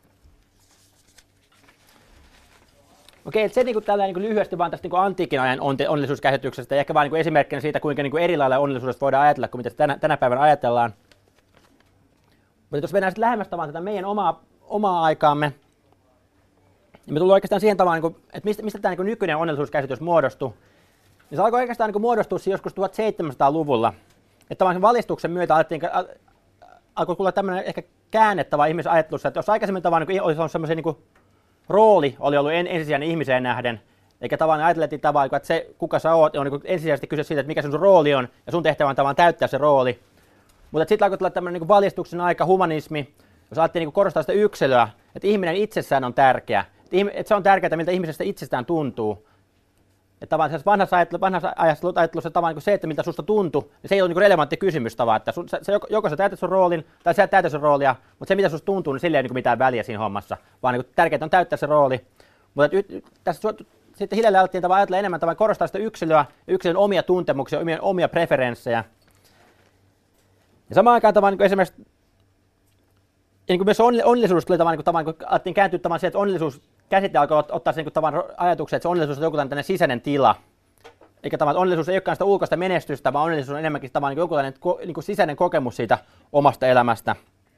Okei, se tällainen lyhyesti vaan tästä antiikin ajan onnellisuuskäsityksestä ja ehkä vain esimerkkinä siitä, kuinka eri lailla onnellisuudesta voidaan ajatella kuin mitä tänä päivänä ajatellaan. Mutta jos mennään sitten lähemmästä vaan tätä meidän omaa aikaamme, niin me tullaan oikeastaan siihen tavallaan, että mistä tämä nykyinen onnellisuuskäsitys muodostui. Niin se alkoi oikeastaan muodostua joskus 1700-luvulla. Että tämän valistuksen myötä alkoi tulla tämmöinen ehkä käännettävä ihmisen ajattelussa, että jos aikaisemmin olisi ollut semmoisen rooli oli ollut ensisijainen ihmiseen nähden, eikä tavallaan ajateltiin tavallaan, että se kuka sä oot on ensisijaisesti kyse siitä, että mikä sun rooli on, ja sun tehtävä on tavallaan täyttää se rooli. Mutta sitten alkoi tulla tämmöinen valistuksen aika, humanismi, jos alettiin korostaa sitä yksilöä, että ihminen itsessään on tärkeä, että se on tärkeää, miltä ihmisestä itsestään tuntuu. Että tavallaan vanhassa ajattelussa tavallaan se, että miltä susta tuntuu, niin se ei ole relevantti kysymys tavallaan, että joko sä täytät sun roolin, tai sä et täytä sun roolia, mutta se mitä susta tuntuu, niin sillä ei ole mitään väliä siinä hommassa, vaan tärkeintä on täyttää se rooli. Mutta tässä sitten hiljalleen alettiin ajatella enemmän korostaa sitä yksilöä, yksilön omia tuntemuksia, omia preferenssejä. Ja samaan aikaan esimerkiksi myös onnellisuus tuli kun alettiin kääntyä siihen, että onnellisuus käsite alkoi ottaa sen ajatuksen, että se onnellisuus on joku tämmöinen sisäinen tila. Eikä onnellisuus ei olekaan sitä ulkoista menestystä, vaan onnellisuus on enemmänkin joku sisäinen kokemus siitä omasta elämästä.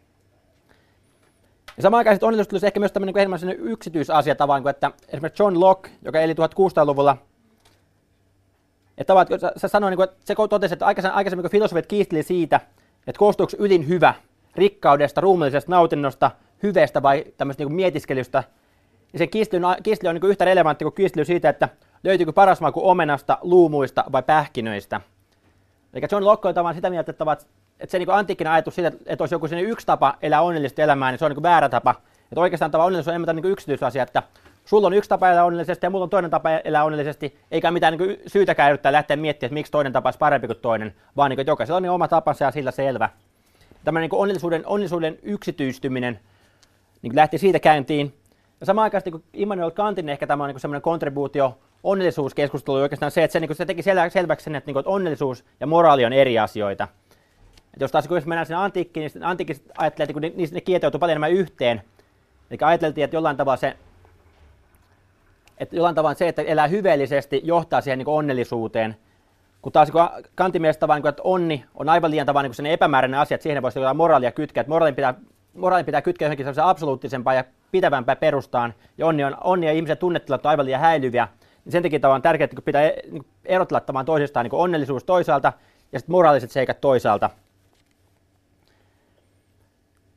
Ja samaan aikaan onnellisuus tuli ehkä myös tämmöinen enemmän yksityisasia että esimerkiksi John Locke, joka eli 1600-luvulla, että se sanoi, että se totesi, että aikaisemmin kun filosofit kiisteli siitä, että koostuuko ylin hyvä rikkaudesta, ruumiillisesta nautinnosta, hyveestä vai tämmöistä mietiskelystä, niin sen kiistely on yhtä relevantti kuin kiistely siitä, että löytyykö paras maku omenasta, luumuista vai pähkinöistä. Eli John Locke oli tavallaan sitä mieltä, että se antiikkinen ajatus siitä, että olisi joku yksi tapa elää onnellista elämää, niin se on väärä tapa. Että oikeastaan onnellisuus on enemmän yksityisasia, että sulla on yksi tapa elää onnellisesti ja mulla on toinen tapa elää onnellisesti, eikä mitään syytäkään yrittää lähteä miettimään, että miksi toinen tapa olisi parempi kuin toinen, vaan että jokaisella on oma tapansa ja sillä selvä. Tämmöinen onnellisuuden yksityistyminen lähti siitä käyntiin. Ja samaan aikaan kun Immanuel Kantin ehkä tämä on semmoinen kontribuutio onnellisuuskeskustelu oikeastaan se, että se teki selväksi sen, että onnellisuus ja moraali on eri asioita. Että jos taas kun mennään sinne antiikkiin, niin antiikkiset ajattelivat, että ne kietoutuu paljon enemmän yhteen. Eli ajateltiin, että jollain tavalla se, että elää hyveellisesti, johtaa siihen onnellisuuteen. Kun taas Kantin mielestä että onni on aivan liian sen epämääräinen asia, että siihen voisi jotain moraalia kytkeä. Että moraalin pitää kytkeä johonkin absoluuttisempaan ja pitävämpään perustaan. Ja onni ja ihmisen tunnetilat on aivan liian häilyviä. Niin sen takia on tärkeää, että pitää erotella toisistaan onnellisuus toisaalta ja sitten moraaliset seikat toisaalta.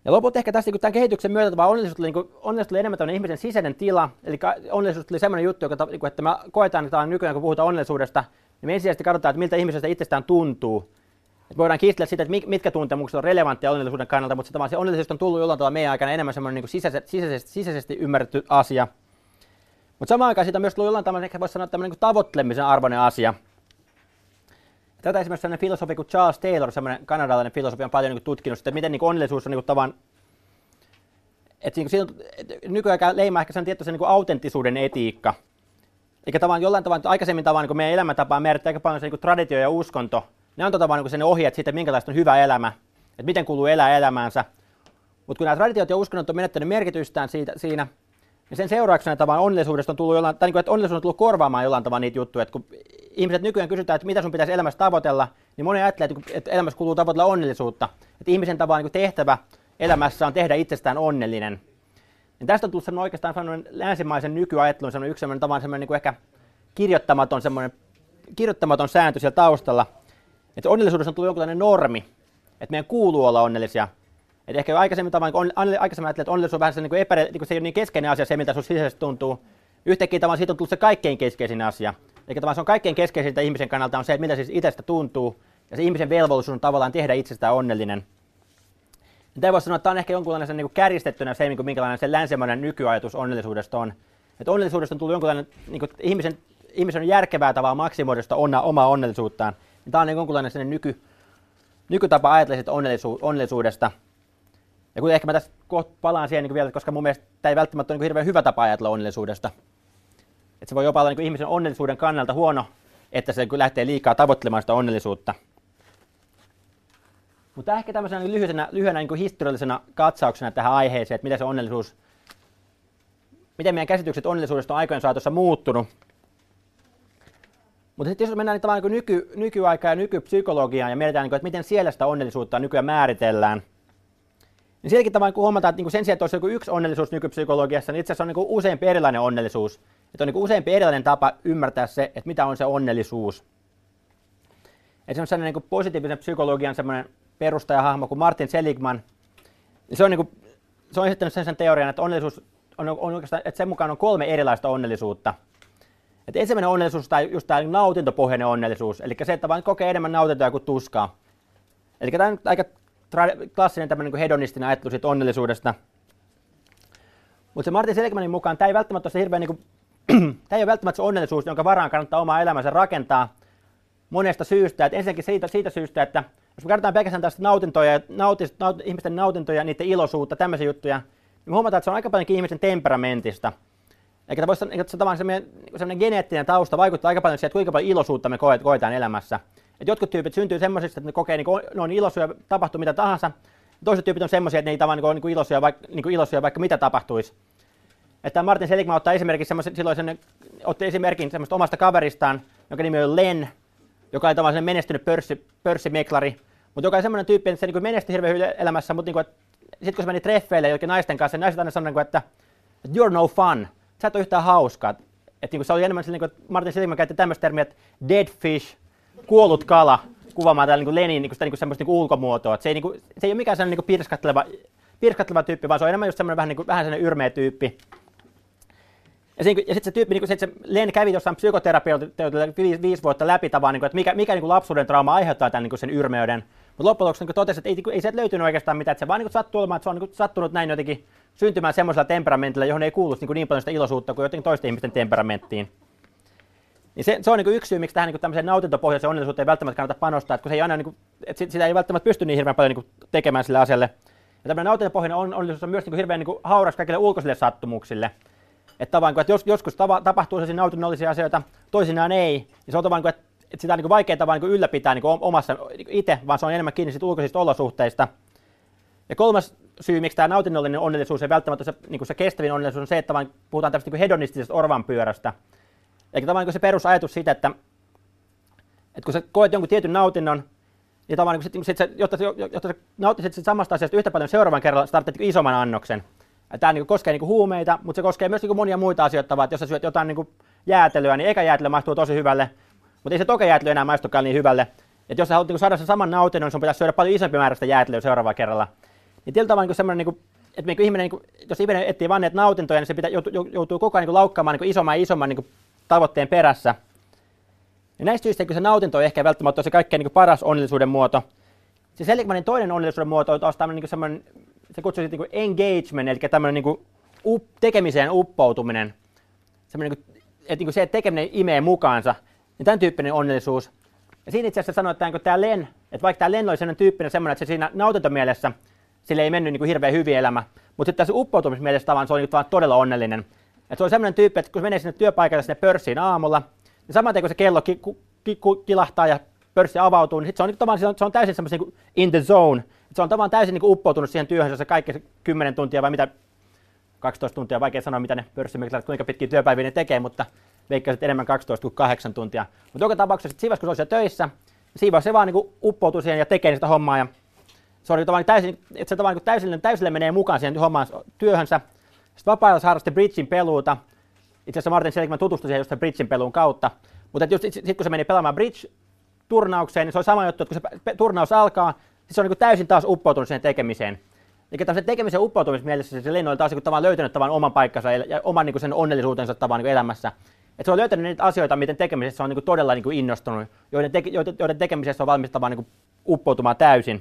Ja lopulta ehkä tässä tämän kehityksen myötä vaan onnellisuus tuli enemmän tämmöinen ihmisen sisäinen tila, eli onnellisuus tuli semmoinen juttu, että me koetaan, että nykyään kun puhutaan onnellisuudesta, niin me ensisijaisesti katsotaan, että miltä ihmisestä itsestään tuntuu. Et voidaan kiistellä siitä, että mitkä tuntemukset on relevantteja onnellisuuden kannalta, mutta se onnellisuus on tullut jollain tavalla meidän aikana enemmän semmoinen niin sisäisesti ymmärretty asia. Mutta samaan aikaan siitä on myös tullut jollain tavalla, ehkä voisi sanoa, tämmöinen niin tavoittelemisen arvoinen asia. Tätä esimerkiksi sellainen filosofi kuin Charles Taylor, semmoinen kanadalainen filosofi, on paljon tutkinut sitä, miten onnellisuus on tavan, että nykyään leimaa ehkä sen tietty autenttisuuden etiikka. Eikä tavan jollain tavalla, aikaisemmin tavan meidän elämäntapaa määrittää aika paljon se traditio ja uskonto. Ne antoi tavallaan sen ohjeet siitä, minkälaista on hyvä elämä, että miten kuuluu elää elämäänsä. Mutta kun nämä traditiot ja uskonnot on menettänyt merkitystään siinä, niin sen seurauksena tavallaan onnellisuudesta on tullut jollain, tai että onnellisuus on tullut korvaamaan jollain tavalla niitä juttuja. Että kun ihmiset nykyään kysytään, että mitä sun pitäisi elämässä tavoitella, niin moni ajattelee, että elämässä kuuluu tavoitella onnellisuutta. Että ihmisen tavallaan tehtävä elämässä on tehdä itsestään onnellinen. Ja tästä on tullut oikeastaan sellainen länsimaisen nykyajattelun yksi sellainen ehkä kirjoittamaton sääntö siellä taustalla. Että onnellisuudessa on tullut jonkinlainen normi, että meidän kuuluu olla onnellisia. Että ehkä aikaisemmin ajattelin, että onnellisuus on vähän se ei ole niin keskeinen asia, se miltä sinusta sisäisesti tuntuu. Yhtäkkiä tavallaan siitä on tullut se kaikkein keskeisin asia. Eli tavallaan se on kaikkein keskeisintä ihmisen kannalta on se, että miltä siis itsestä tuntuu. Ja se ihmisen velvollisuus on tavallaan tehdä itsestään onnellinen. Ja tämä voisi sanoa, että tämä on ehkä jonkinlainen niin kärjistettynä se, minkälainen se länsimainen nykyajatus onnellisuudesta on. Että onnellisuudesta on tullut jonkinlainen, niin ihmisen on järkevää tavalla maksimoida sitä omaa onnellisuuttaan. Ja tämä on niin jonkinlainen nykytapa ajatella onnellisuudesta. Ja kun ehkä mä tässä kohta palaan siihen vielä, koska mun mielestä tämä ei välttämättä ole hirveän hyvä tapa ajatella onnellisuudesta. Että se voi jopa olla ihmisen onnellisuuden kannalta huono, että se lähtee liikaa tavoittelemaan sitä onnellisuutta. Mutta ehkä tämmöisenä lyhyenä historiallisena katsauksena tähän aiheeseen, että miten meidän käsitykset onnellisuudesta on aikojen saatossa muuttunut. Mutta sitten jos mennään nykyaikaan ja nykypsykologiaan ja mietitään, että miten siellä sitä onnellisuutta nykyään määritellään, niin sielläkin tavallaan kun huomataan, että sen sijaan, että olisi joku yksi onnellisuus nykypsykologiassa, niin itse asiassa on useampi erilainen onnellisuus. Että on useampi erilainen tapa ymmärtää se, että mitä on se onnellisuus. Et se on sellainen positiivisen psykologian semmoinen perustajahahmo kuin Martin Seligman. Se on esittänyt sen teorian, että onnellisuus on oikeastaan, että sen mukaan on 3 erilaista onnellisuutta. Et ensimmäinen onnellisuus on just tämä nautintopohjainen onnellisuus, eli se, että vaan kokee enemmän nautintoa kuin tuskaa. Eli tämä on aika klassinen tämmöinen hedonistinen ajattelu siitä onnellisuudesta. Mutta se Martin Seligmanin mukaan tämä ei välttämättä ole se hirveän tämä ei ole välttämättä se onnellisuus, jonka varaan kannattaa omaa elämänsä rakentaa monesta syystä. Et ensinnäkin siitä syystä, että jos me katsotaan pelkästään tästä ihmisten nautintoja ja niiden iloisuutta, tämmöisiä juttuja, niin me huomataan, että se on aika paljonkin ihmisen temperamentista. Eikä se sellainen geneettinen tausta vaikuttaa aika paljon siihen, että kuinka paljon iloisuutta me koetaan elämässä. Et jotkut tyypit syntyy semmoisista, että ne kokee, ne on iloisia, tapahtuu mitä tahansa. Toiset tyypit on semmoisia, että ne ei tavallaan iloisia vaikka mitä tapahtuisi. Että Martin Seligman otti esimerkin semmoista omasta kaveristaan, jonka nimi oli Len, joka oli tavallaan menestynyt pörssimeklari, mutta joka oli semmoinen tyyppi, että se menestyi hirveän hyvin elämässä, mutta sitten kun se meni treffeille jokin naisten kanssa, niin naiset aina sanoi, että you're no fun, sä et ole yhtään hauskaa. Että se oli enemmän sellainen, että Martin Seligman käytti tämmöistä termiä, että dead fish, kuollut kala, kuvaamaan täällä Lenin semmoista ulkomuotoa. Että se ei ole mikään sellainen pirskatteleva tyyppi, vaan se on enemmän just semmoinen vähän sellainen yrmeä tyyppi. Ja sitten se tyyppi, se Len kävi jossain psykoterapeutilta 5 vuotta läpi tavallaan, että mikä lapsuuden trauma aiheuttaa tämän sen yrmeyden. Mutta loppujen lopuksi totesi, että ei sieltä löytynyt oikeastaan mitään, että se vaan sattuu olemaan, että se on sattunut näin jotenkin syntymään semmoisella temperamentilla, johon ei kuulu niin paljon sitä iloisuutta kuin jotenkin toisten ihmisten temperamenttiin. Niin se on yksi syy, miksi tähän tämmöiseen nautintopohjaiseen onnellisuuteen ei välttämättä kannata panostaa, että kun se ei aina, että sitä ei välttämättä pysty niin hirveän paljon tekemään sille asialle. Ja tämmöinen nautintopohjainen onnellisuus on myös hirveän hauras kaikille ulkoisille sattumuksille. Että joskus tapahtuu sellaisia nautinnollisia asioita, toisinaan ei, niin se on tavallaan, että sitä on vaikea ylläpitää omassa itse, vaan se on enemmän kiinni siitä ulkoisista olosuhteista. Ja 3. syy, miksi tämä nautinnollinen onnellisuus ei välttämättä se kestävin onnellisuus, on se, että puhutaan tämmöistä hedonistisesta orvanpyörästä. Eli tavallaan se perusajatus siitä, että kun sä koet jonkun tietyn nautinnon, niin tavallaan, jotta sä nauttisit samasta asiasta yhtä paljon seuraavan kerralla, sä tarvitset isomman annoksen. Tämä koskee huumeita, mutta se koskee myös monia muita asioita, että jos sä syöt jotain jäätelöä, niin eka jäätelö maistuu tosi hyvälle, mutta ei se toka jäätelö enää maistukaan niin hyvälle. Että jos sä haluat saada sen saman nautinnon, niin sun pitäisi syödä paljon isompi määrä sitä jäätelöä seuraavalla kerralla. niin tietyllä tavalla niin semmoinen, niin että niin ihminen, niin jos ihminen etsii vain näitä nautintoja, niin se joutuu koko ajan niin laukkaamaan niin isomman ja isomman niin tavoitteen perässä. Ja näistä syistä se nautinto ei ehkä välttämättä ole se kaikkein niin paras onnellisuuden muoto. Se Seligmanin toinen onnellisuuden muoto on taas tämmöinen, niin semmoinen, se kutsui niin engagement, eli tämmöinen niin tekemiseen uppoutuminen. Semmoinen, että se, että tekeminen imee mukaansa, niin tämän tyyppinen onnellisuus. Ja siinä itse asiassa sanoi, että tämä Len, että vaikka tämä Len oli sellainen tyyppinen semmoinen, että se siinä nautintomielessä sille ei mennyt niin hirveän hyvin elämä, mutta sitten tässä uppoutumismielessä tavan se oli vaan todella onnellinen. Että se oli semmoinen tyyppi, että kun se menee sinne työpaikalle sinne pörssiin aamulla, niin saman kun se kello kilahtaa ja pörssi avautuu, niin sitten se on täysin semmoisen niin in the zone. Se on tavallaan täysin niin uppoutunut siihen työhönsä se kaikki 10 tuntia vai mitä, 12 tuntia, vaikea sanoa mitä ne pörssimiehet, kuinka pitkiä työpäiviä ne tekee, mutta veikkaisin enemmän 12 kuin 8 tuntia. Mutta joka tapauksessa siivas, kun se on siellä töissä, siivas se vaan niin uppoutuu siihen ja tekee sitä hommaa. Ja se on niin täysin, että se tavallaan täysille menee mukaan siihen hommaan työhönsä. Sitten vapaa-ajalla se harrasti bridgin peluuta. Itse asiassa Martin Seligman tutustui siihen just sen bridgin peluun kautta. Mutta sitten kun se meni pelaamaan bridge-turnaukseen, niin se oli sama juttu, että kun se turnaus alkaa, niin se on niin täysin taas uppoutunut siihen tekemiseen. Eli tämmöisen tekemisen uppoutumismielessä se Len oli taas tavallaan löytänyt oman paikkansa ja oman niin sen onnellisuutensa niin elämässä. Että se on löytänyt niitä asioita, miten tekemisessä on niin todella niin innostunut, joiden tekemisessä on valmis niin uppoutumaan täysin.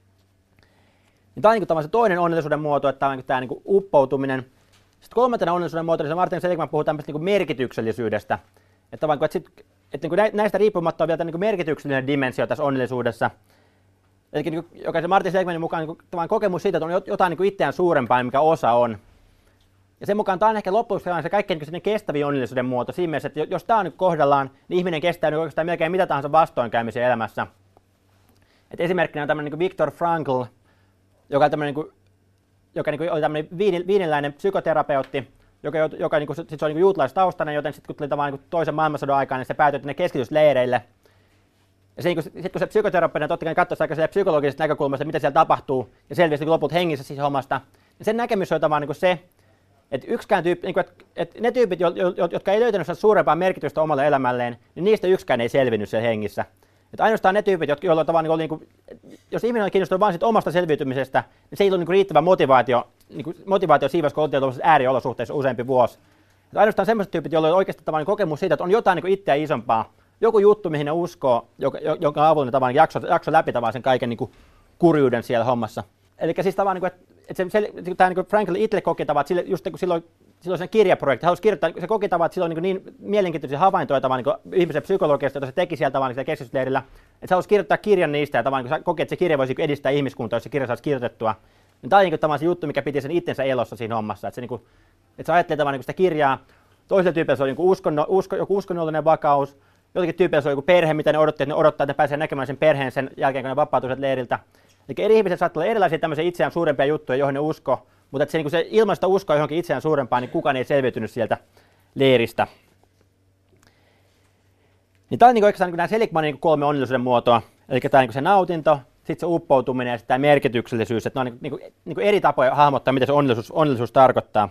Niin tämä on niin se toinen onnellisuuden muoto, että tämä niin uppoutuminen. Sitten kolmantena onnellisuuden muoto, niin Martin Seligman puhuu tämmöistä niin merkityksellisyydestä. Että näistä riippumatta on vielä niin merkityksellinen dimensio tässä onnellisuudessa. Eli niin jokaisen Martin Seligmanin mukaan niin kokemus siitä, että on jotain niin itseään suurempaa, mikä osa on. Ja sen mukaan tämä on ehkä loppujen se kaikkein niin kestävin onnellisuuden muoto siinä mielessä, että jos tämä on nyt kohdallaan, niin ihminen kestää niin oikeastaan melkein mitä tahansa vastoinkäymisiä elämässä. Et esimerkkinä on tämmöinen niin Viktor Frankl, joka oli tämmöinen viiniläinen psykoterapeutti, joka niin sit se oli niin juutalaistaustainen, joten sitten kun tuli niin toisen maailmansodan aikaan, niin se päätyi ne keskitysleireille. Ja sitten kun se psykoterapeutti totta kai katsoi aika psykologisesta näkökulmasta, mitä siellä tapahtuu, ja selvisi lopulta hengissä siis hommasta, niin sen näkemys on tavallaan niin se, että yksikään tyyppi, että ne tyypit, jotka ei löytänyt suurempaa merkitystä omalle elämälleen, niin niistä yksikään ei selvinnyt siellä hengissä. Että ainoastaan ne tyypit, joilla tavallaan oli, jos ihminen on kiinnostunut vain omasta selviytymisestä, niin se ei ole riittävä motivaatio siivässä, kun oltiin tuollaisessa ääriolosuhteissa useampi vuosi. Että ainoastaan sellaiset tyypit, joilla on oikeasti tavallaan kokemus siitä, että on jotain itseä isompaa, joku juttu, mihin ne uskoo, jonka avulla ne tavallaan jakso läpi tavallaan sen kaiken kurjuuden siellä hommassa. Eli siis tavallaan, että Frankl itse koki tavallaan, että just kun silloin sen kirjaprojekti, halusi kirjoittaa, se koki tavallaan, että sillä on niin mielenkiintoisia havaintoja tavallaan ihmisen psykologiasta, jota se teki siellä tavallaan siellä keskitysleirillä, että se halusi kirjoittaa kirjan niistä ja tavallaan, kun se koki, että se kirja voisi edistää ihmiskuntaa, jos se kirja saisi kirjoitettua. Niin tämä on tavallaan se juttu, mikä piti sen itsensä elossa siinä hommassa, että se ajattelee tavallaan sitä kirjaa, toisella tyypillä se oli joku uskonnollinen vakaus, jollakin tyypillä se oli joku perhe, mitä ne odottaa, että ne pääsee näkemään sen perheen sen jälkeen, kun ne vapautuivat leiriltä. Eli eri ihmiset saattaa olla erilaisia tämmöisiä itseään suurempia juttuja, joihin ne usko, mutta että se ilman sitä uskoa johonkin itseään suurempaan, niin kukaan ei selviytynyt sieltä leiristä. Niin tämä on oikeastaan nämä Seligmanin 3 onnellisuuden muotoa, eli tämä se nautinto, sitten se uppoutuminen ja sitten tämä merkityksellisyys, että ne on eri tapoja hahmottaa, mitä se onnellisuus tarkoittaa.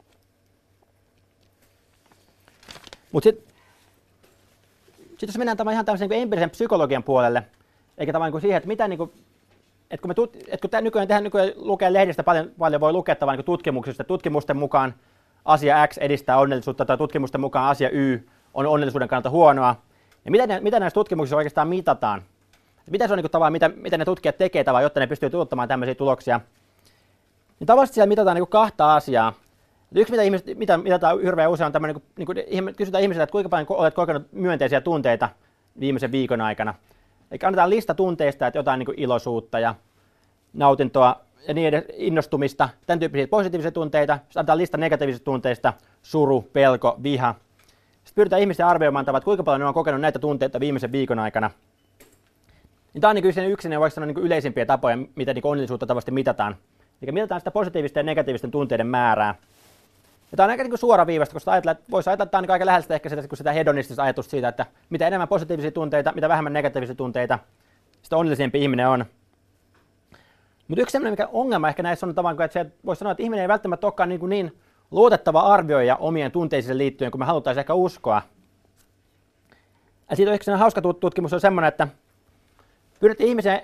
Mutta sitten jos mennään ihan tämmöisen empiirisen psykologian puolelle, eikä tavallaan siihen, että mitä että kun nykyään lukee lehdistä paljon voi lukea tutkimuksista, tutkimusten mukaan asia X edistää onnellisuutta tai tutkimusten mukaan asia Y on onnellisuuden kannalta huonoa. Ja mitä näissä tutkimuksissa oikeastaan mitataan? Mitä se on mitä ne tutkijat tekee jotta ne pystyy tuottamaan tämmöisiä tuloksia? Niin tavallisesti siellä mitataan 2 asiaa. Yksi mitä mitataan hirveän usein on tämmöinen, kysytään ihmisiltä, että kuinka paljon olet kokenut myönteisiä tunteita viimeisen viikon aikana. Eli annetaan lista tunteista, että jotain iloisuutta ja nautintoa ja niiden innostumista, tämän tyyppisiä positiivisia tunteita. Sitten annetaan lista negatiivisista tunteista, suru, pelko, viha. Sitten pyydetään ihmisiä arvioimaan, että kuinka paljon ne on kokenut näitä tunteita viimeisen viikon aikana. Niin tämä on yksi voisi sanoa yleisimpiä tapoja, miten onnellisuutta tavallisesti mitataan. Eli mitataan sitä positiivisten ja negatiivisten tunteiden määrää. Ja tämä on aika suoraviivasta, koska voisi ajatella, että tämä on aika lähellä ehkä sitä hedonistista ajatusta siitä, että mitä enemmän positiivisia tunteita, mitä vähemmän negatiivisia tunteita, sitä onnellisempi ihminen on. Mutta yksi sellainen mikä ongelma ehkä näissä on tavallaan, että voisi sanoa, että ihminen ei välttämättä olekaan niin luotettava arvioija omien tunteisiin liittyen, kun me haluttaisiin ehkä uskoa. Ja siitä on ehkä hauska tutkimus on semmoinen, että pyydettiin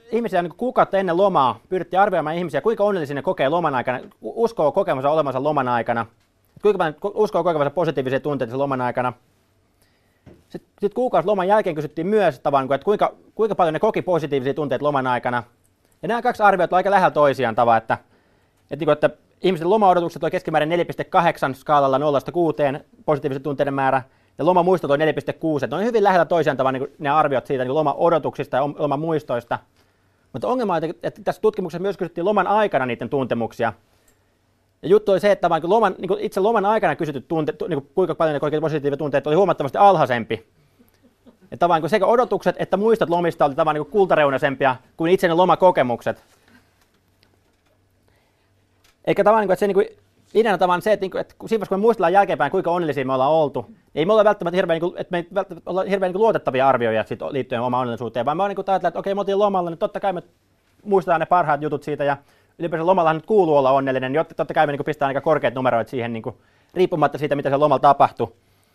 ihmisiä niin kuukautta ennen lomaa pyydettiin arvioimaan ihmisiä, kuinka onnellisia ne kokee loman aikana, uskoo kokemansa olevansa loman aikana, kuinka paljon uskoo kokemansa positiivisia tunteita loman aikana. Sitten kuukausi loman jälkeen kysyttiin myös, että kuinka paljon ne koki positiivisia tunteita loman aikana. Ja nämä kaksi arviota on aika lähellä toisiaan että ihmisten loma-odotukset oli keskimäärin 4,8 skaalalla 0-6 positiivisten tunteiden määrä, ja lomamuistot oli 4,6. Ne on hyvin lähellä toisiaan niin ne arviot siitä niin loma-odotuksista ja lomamuistoista. Mutta ongelma on, että tässä tutkimuksessa myös kysyttiin loman aikana niiden tuntemuksia. Ja juttu oli se, että itse loman aikana kysytyt tunteet, kuinka paljon ne koki positiivisia tunteita, oli huomattavasti alhaisempi. Että sekä odotukset että muistot lomista oli kultareunaisempia kuin itse ne lomakokemukset. Eikä että se ideana se, että siinä kun me muistellaan jälkeenpäin, kuinka onnellisia me ollaan oltu, niin ei me olla välttämättä hirveän luotettavia arvioja liittyen omaan onnellisuuteen, vaan me ajatellaan, että okei, me oltiin lomalla, niin totta kai me muistetaan ne parhaat jutut siitä, ja ylipäänsä lomallahan nyt kuuluu olla onnellinen, niin totta kai me pistetään aika korkeat numeroit siihen, riippumatta siitä, mitä se lomalla tapahtui.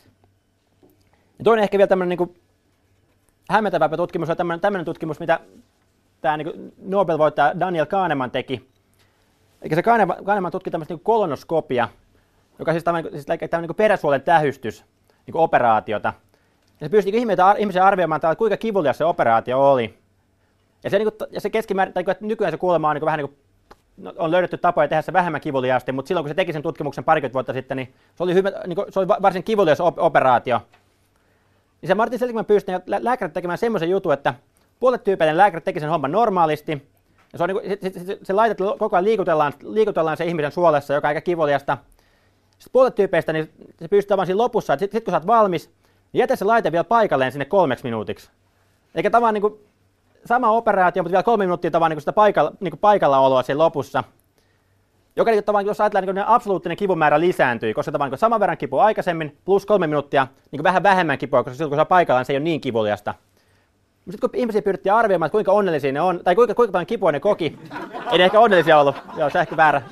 Ja toinen ehkä vielä tämmöinen hämmentävämpä tutkimus on tämmöinen tutkimus, mitä tämä Nobel-voittaja Daniel Kahneman teki. Eli se Kahneman tutki tämmöistä kolonoskopia, joka siis tämmöinen peräsuolen tähystys, operaatiota. Ja se pyysi ihmisiä arvioimaan, kuinka kivulias se operaatio oli. Ja se keskimäärin, nykyään se kuulemma on vähän on löydetty tapoja tehdä se vähemmän kivuliaasti, mutta silloin kun se teki sen tutkimuksen parikymmentä vuotta sitten, niin se oli varsin kivulias operaatio. Niin se Martin Seligman pyysi lääkärit tekemään semmoisen jutun, että puolet tyypeiden lääkärit teki sen homman normaalisti. Ja se laitettu koko ajan liikutellaan se ihmisen suolessa, joka on aika kivuliasta. Sitten puolet tyypeistä, niin se pyysi tavallaan siinä lopussa, että sitten kun sä oot valmis, niin jätä se laite vielä paikalleen sinne 3 minuutiksi. Eikä tavallaan sama operaatio, mutta vielä 3 minuuttia tavallaan sitä paikallaoloa siinä lopussa. Joka tavallaan, jos ajatellaan, niin absoluuttinen kivumäärä lisääntyi, koska tavallaan saman verran kipua aikaisemmin, plus 3 minuuttia, vähän vähemmän kipua, koska silloin kun sä oot paikallaan, se ei ole niin kivuliasta. Mutta sitten kun ihmisiä pyydettiin arvioimaan, että kuinka onnellisia ne on, tai kuinka paljon kipua ne koki, ei ne ehkä onnellisia ollut, joo se ehkä väärä.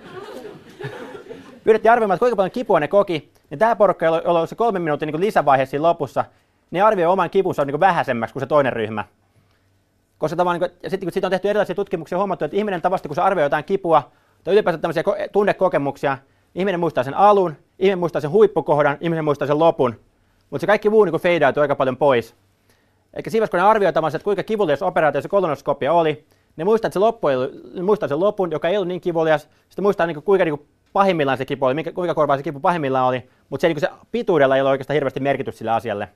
Pyydettiin arvioimaan, että kuinka paljon kipua ne koki, niin tämä porukka, jolla on se 3 minuutin lisävaihe siinä lopussa, ne arvioi oman kipunsa vähäisemmäksi kuin se toinen ryhmä. Koska ja sitten kun siitä on tehty erilaisia tutkimuksia, on huomattu, että ihminen tavasti, kun se arvioi jotain kipua, tai ylipäänsä tämmöisiä tunnekokemuksia, ihminen muistaa sen alun, ihminen muistaa sen huippukohdan, ihminen muistaa sen lopun, mutta se kaikki muu feidautuu aika paljon pois. Eikä siinä kun ne arvioivat, että kuinka kivulias operaatio se kolonoskopia oli, ne muistaa, että se muistaa sen lopun, joka ei ollut niin kivulias, sitten muistaa kuinka pahimmillaan se kipu oli, kuinka korvaa se kipu pahimmillaan oli, mutta se pituudella ei ole oikeastaan hirveästi merkitys sille asialle.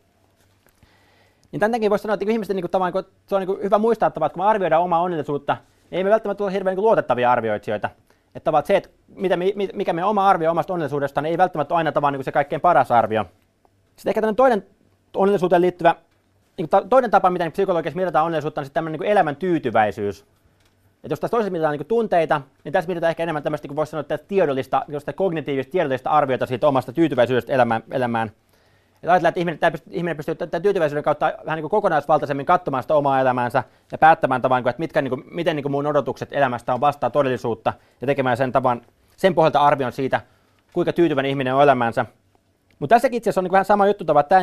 Niin tämän takia voisi sanoa, että ihmisten se on hyvä muistaa, että kun me arvioidaan omaa onnellisuutta, niin ei me välttämättä ole hirveän luotettavia arvioitsijoita. Että se, että mikä meidän oma arvio omasta onnellisuudesta, niin ei välttämättä ole aina se kaikkein paras arvio. Sitten ehkä toinen onnellisuuteen liittyvä, toinen tapa, miten psykologiassa mitataan onnellisuutta, on sitten tämmöinen elämän tyytyväisyys. Että jos tässä toisessa mitataan tunteita, niin tässä mitataan ehkä enemmän tämmöistä, voisi sanoa, tiedollista, kognitiivista tiedollista arviota siitä omasta tyytyväisyydestä elämään. Että ajatellaan, että ihminen pystyy tämän tyytyväisyyden kautta vähän kokonaisvaltaisemmin katsomaan sitä omaa elämäänsä ja päättämään tavan, että miten mun odotukset elämästä on vastaa todellisuutta ja tekemään sen pohjalta arvion siitä, kuinka tyytyväinen ihminen on elämäänsä. Mutta tässäkin itse asiassa on vähän sama juttu, että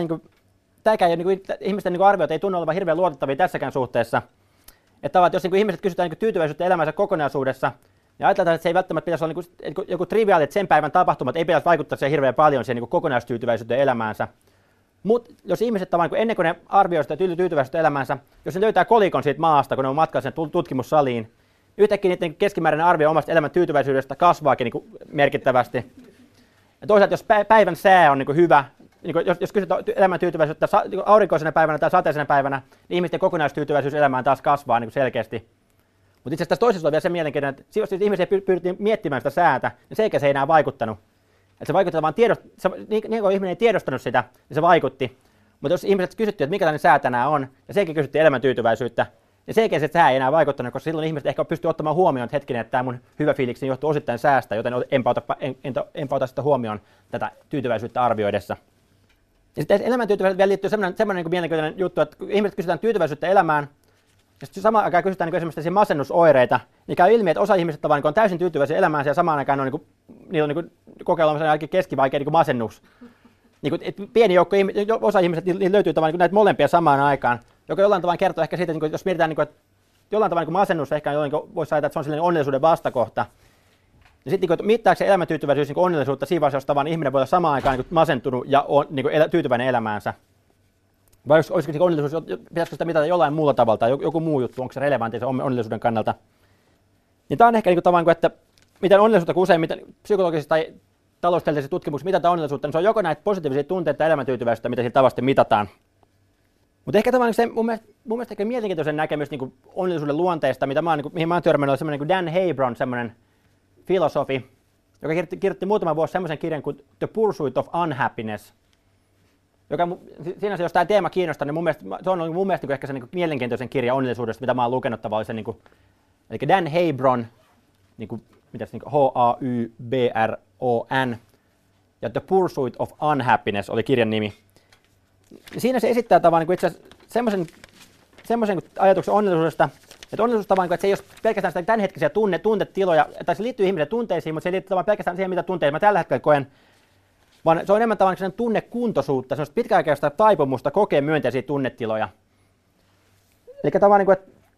ihmisten arviot ei tunnu olevan hirveän luotettavia tässäkään suhteessa. Että jos ihmiset kysytään tyytyväisyyttä elämänsä kokonaisuudessa, ja ajatellaan, että se ei välttämättä pitäisi olla joku triviaali, että sen päivän tapahtumat ei pitäisi vaikuttaa siihen hirveän paljon siihen kokonaistyytyväisyyteen elämäänsä. Mutta jos ihmiset ennen kuin ne arvioivat sitä tyytyväisyyttä elämäänsä, jos ne löytää kolikon siitä maasta, kun ne on matkalla sen tutkimussaliin, yhtäkkiä niiden keskimääräinen arvio omasta elämän tyytyväisyydestä kasvaakin merkittävästi. Ja toisaalta jos päivän sää on hyvä, jos kysytään elämän tyytyväisyyttä aurinkoisena päivänä tai sateisena päivänä, niin ihmisten kokonaistyytyväisyys elämään taas kasvaa selkeästi. Mutta itse asiassa tässä toisessa on vielä se mielenkiintoinen, että jos ihmisiä pyrittiin miettimään sitä säätä, niin se ei enää vaikuttanut. Että se vaikutti vaan niin kuin ihminen ei tiedostanut sitä, niin se vaikutti. Mutta jos ihmiset kysyttiin, että mikä tällainen sää tänään on, ja sekin kysyttiin elämäntyytyväisyyttä, niin selkeästi se sää ei enää vaikuttanut, koska silloin ihmiset ehkä pystyy ottamaan huomioon, että hetkinen, että tämä mun hyvä fiiliksi johtuu osittain säästä, joten enpä ota sitä huomioon tätä tyytyväisyyttä arvioidessa. Ja sitten elämäntyytyväisyyteen vielä liittyy semmoinen mielenkiintoinen juttu, että kun ihmiset kysytään tyytyväisyyttä elämään, ja sitten samaan aikaan kysytään esimerkiksi masennusoireita, niin käy ilmi, että osa ihmisistä on täysin tyytyväisiä elämäänsä ja samaan aikaan niillä on kokeillaan aika keskivaikea masennus. Pieni joukko, osa ihmisistä niin löytyy näitä molempia samaan aikaan, joka jollain tavalla kertoo ehkä siitä, jos mietitään, että jollain tavalla niin masennus ehkä voisi ajatella, että se on sellainen onnellisuuden vastakohta. Ja sitten niin mittaako se elämäntyytyväisyys niin onnellisuutta siinä vaiheessa, jos tavallaan ihminen voi olla samaan aikaan niin masentunut ja on niin tyytyväinen elämäänsä? Vai olisiko se onnellisuus, pitäisikö sitä mitata jollain muulla tavalla tai joku muu juttu, onko se relevantti se onnellisuuden kannalta? Niin tämä on ehkä niin tavallaan, että miten onnellisuutta, kun usein miten psykologisissa tai taloustieteellisissä tutkimuksissa mitataan onnellisuutta, niin se on joko näitä positiivisia tunteita ja elämäntyytyväisyyttä, mitä sillä tavasti mitataan. Mutta ehkä tavallaan se mun mielestä ehkä mielenkiintoisen näkemys niin onnellisuuden luonteesta, mihin mä oon törmännyt, on semmoinen kuin Dan Hebron, semmoinen filosofi, joka kirjoitti muutama vuosi semmoisen kirjan kuin The Pursuit of Unhappiness, joka siinä jos tämä teema kiinnostaa, niin se on mun mielestä ehkä se niin mielenkiintoisen kirja onnellisuudesta, mitä mä oon lukenut tavallaan. Niin eli Dan Hebron, H-A-Y-B-R-O-N, ja The Pursuit of Unhappiness oli kirjan nimi. Siinä se esittää tavallaan itse asiassa semmoisen ajatuksen onnellisuudesta, että onnellisuus tavallaan, että se ei ole pelkästään sitä tämänhetkisiä tunnetiloja, tai se liittyy ihmisen tunteisiin, mutta se liittyy tavallaan pelkästään siihen, mitä tunteita mä tällä hetkellä koen, vaan se on enemmän tavallaan tunnekuntoisuutta, semmoista pitkäaikaista taipumusta kokea myönteisiä tunnetiloja. Eli tavallaan,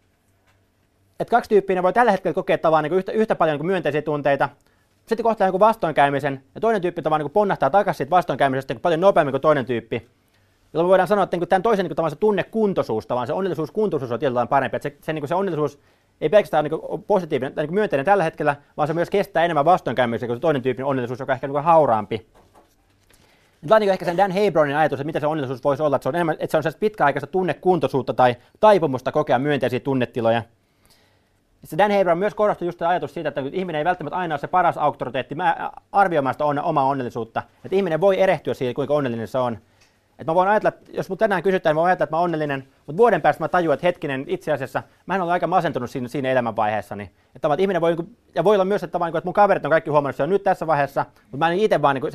että kaksi tyyppiä voi tällä hetkellä kokea tavallaan yhtä paljon myönteisiä tunteita, sitten kohtaa joku vastoinkäymisen, ja toinen tyyppi tavallaan ponnahtaa takaisin siitä vastoinkäymisestä paljon nopeammin kuin toinen tyyppi. Jolloin me voidaan sanoa, että tämän toisen se tunnekuntoisuus, vaan se onnellisuuskuntoisuus on tietyllä parempi. Että se onnellisuus ei pelkästään ole positiivinen tai myönteinen tällä hetkellä, vaan se myös kestää enemmän vastoinkäymistä kuin se toinen tyyppinen onnellisuus, joka on ehkä hauraampi. Tämä on ehkä sen Dan Hebronin ajatus, että mitä se onnellisuus voisi olla, että se on pitkäaikaista tunnekuntoisuutta tai taipumusta kokea myönteisiä tunnetiloja. Se Dan Hebron myös korostui just ajatus siitä, että ihminen ei välttämättä aina ole se paras auktoriteetti arvioimaan sitä omaa onnellisuutta. Että ihminen voi erehtyä siitä, kuinka onnellinen se on. Että mä voin ajatella, että jos mut tänään kysytään, mä voin ajatella, että mä oon onnellinen, mutta vuoden päästä mä tajuan, että hetkinen, itse asiassa mä en ole aika masentunut siinä elämänvaiheessani. Että ihminen voi, ja voi olla myös, että mun kaverit on kaikki huomannut, että se on nyt tässä vaiheessa, mutta mä en itse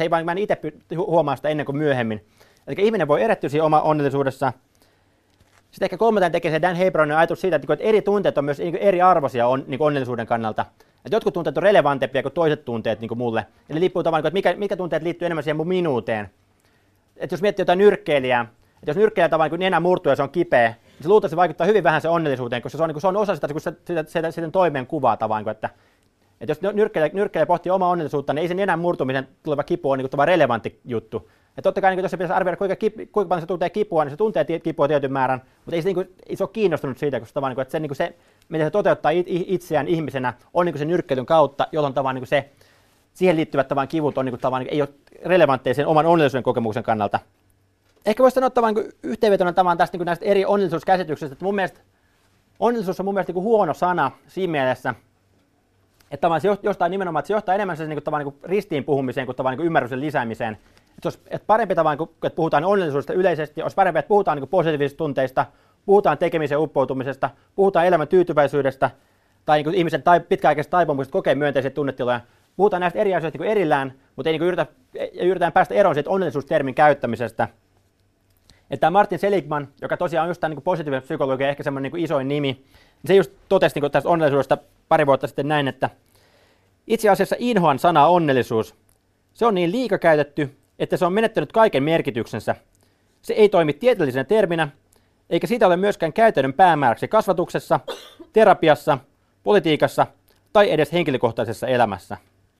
huomaa sitä ennen kuin myöhemmin. Eli ihminen voi erehtyä siinä oma onnellisuudessa. Sitten ehkä kolmanteen tekee se Dan Hebronin ajatus siitä, että eri tunteet on myös eri arvoisia onnellisuuden kannalta. Että jotkut tunteet on relevantempia kuin toiset tunteet mulle. Eli riippuu tavallaan, että mikä tunteet liittyy enemmän siihen mun minuuteen. Että jos miettii jotain nyrkkeilijää, että jos nyrkkeilijä tavallaan kun nenä murtuu ja se on kipeä, niin se luultavasti vaikuttaa hyvin vähän sen onnellisuuteen, koska se on osa sitä toimenkuvaa tavallaan. Että jos nyrkkeilijä pohtii omaa onnellisuutta, niin ei sen nenän murtumisen tuleva kipu ole relevantti juttu. Että totta kai jos se pitäisi arvioida, kuinka paljon se tuntee kipua, niin se tuntee kipua tietyn määrän, mutta ei se ole kiinnostunut siitä, koska se, miten se toteuttaa itseään ihmisenä, on se nyrkkeilyn kautta, jolloin se siihen liittyvät kivut ei ole relevantteja sen oman onnellisuuden kokemuksen kannalta. Ehkä voisi sanoa yhteenvetona tästä näistä eri onnellisuuskäsityksistä, että mun mielestä onnellisuus on mun mielestä huono sana siinä mielessä, että se johtaa enemmän ristiin puhumiseen kuin ymmärryksen lisäämiseen. Että parempi että puhutaan onnellisuudesta yleisesti, olisi parempi, että puhutaan positiivisista tunteista, puhutaan tekemisen uppoutumisesta, puhutaan elämän tyytyväisyydestä tai ihmisen pitkäaikaisesta taipumuksesta kokea myönteisiä tunnetiloja. Puhutaan näistä eri asioista erillään, mutta ei yritetään päästä eroon siitä onnellisuustermin käyttämisestä. Että Martin Seligman, joka tosiaan on just tämän positiivinen psykologia, ehkä semmoinen isoin nimi, niin se just totesi tästä onnellisuudesta pari vuotta sitten näin, että itse asiassa inhoan sanaa onnellisuus. Se on niin liikakäytetty, että se on menettänyt kaiken merkityksensä. Se ei toimi tieteellisenä terminä, eikä siitä ole myöskään käytännön päämääräksi kasvatuksessa, terapiassa, politiikassa tai edes henkilökohtaisessa elämässä.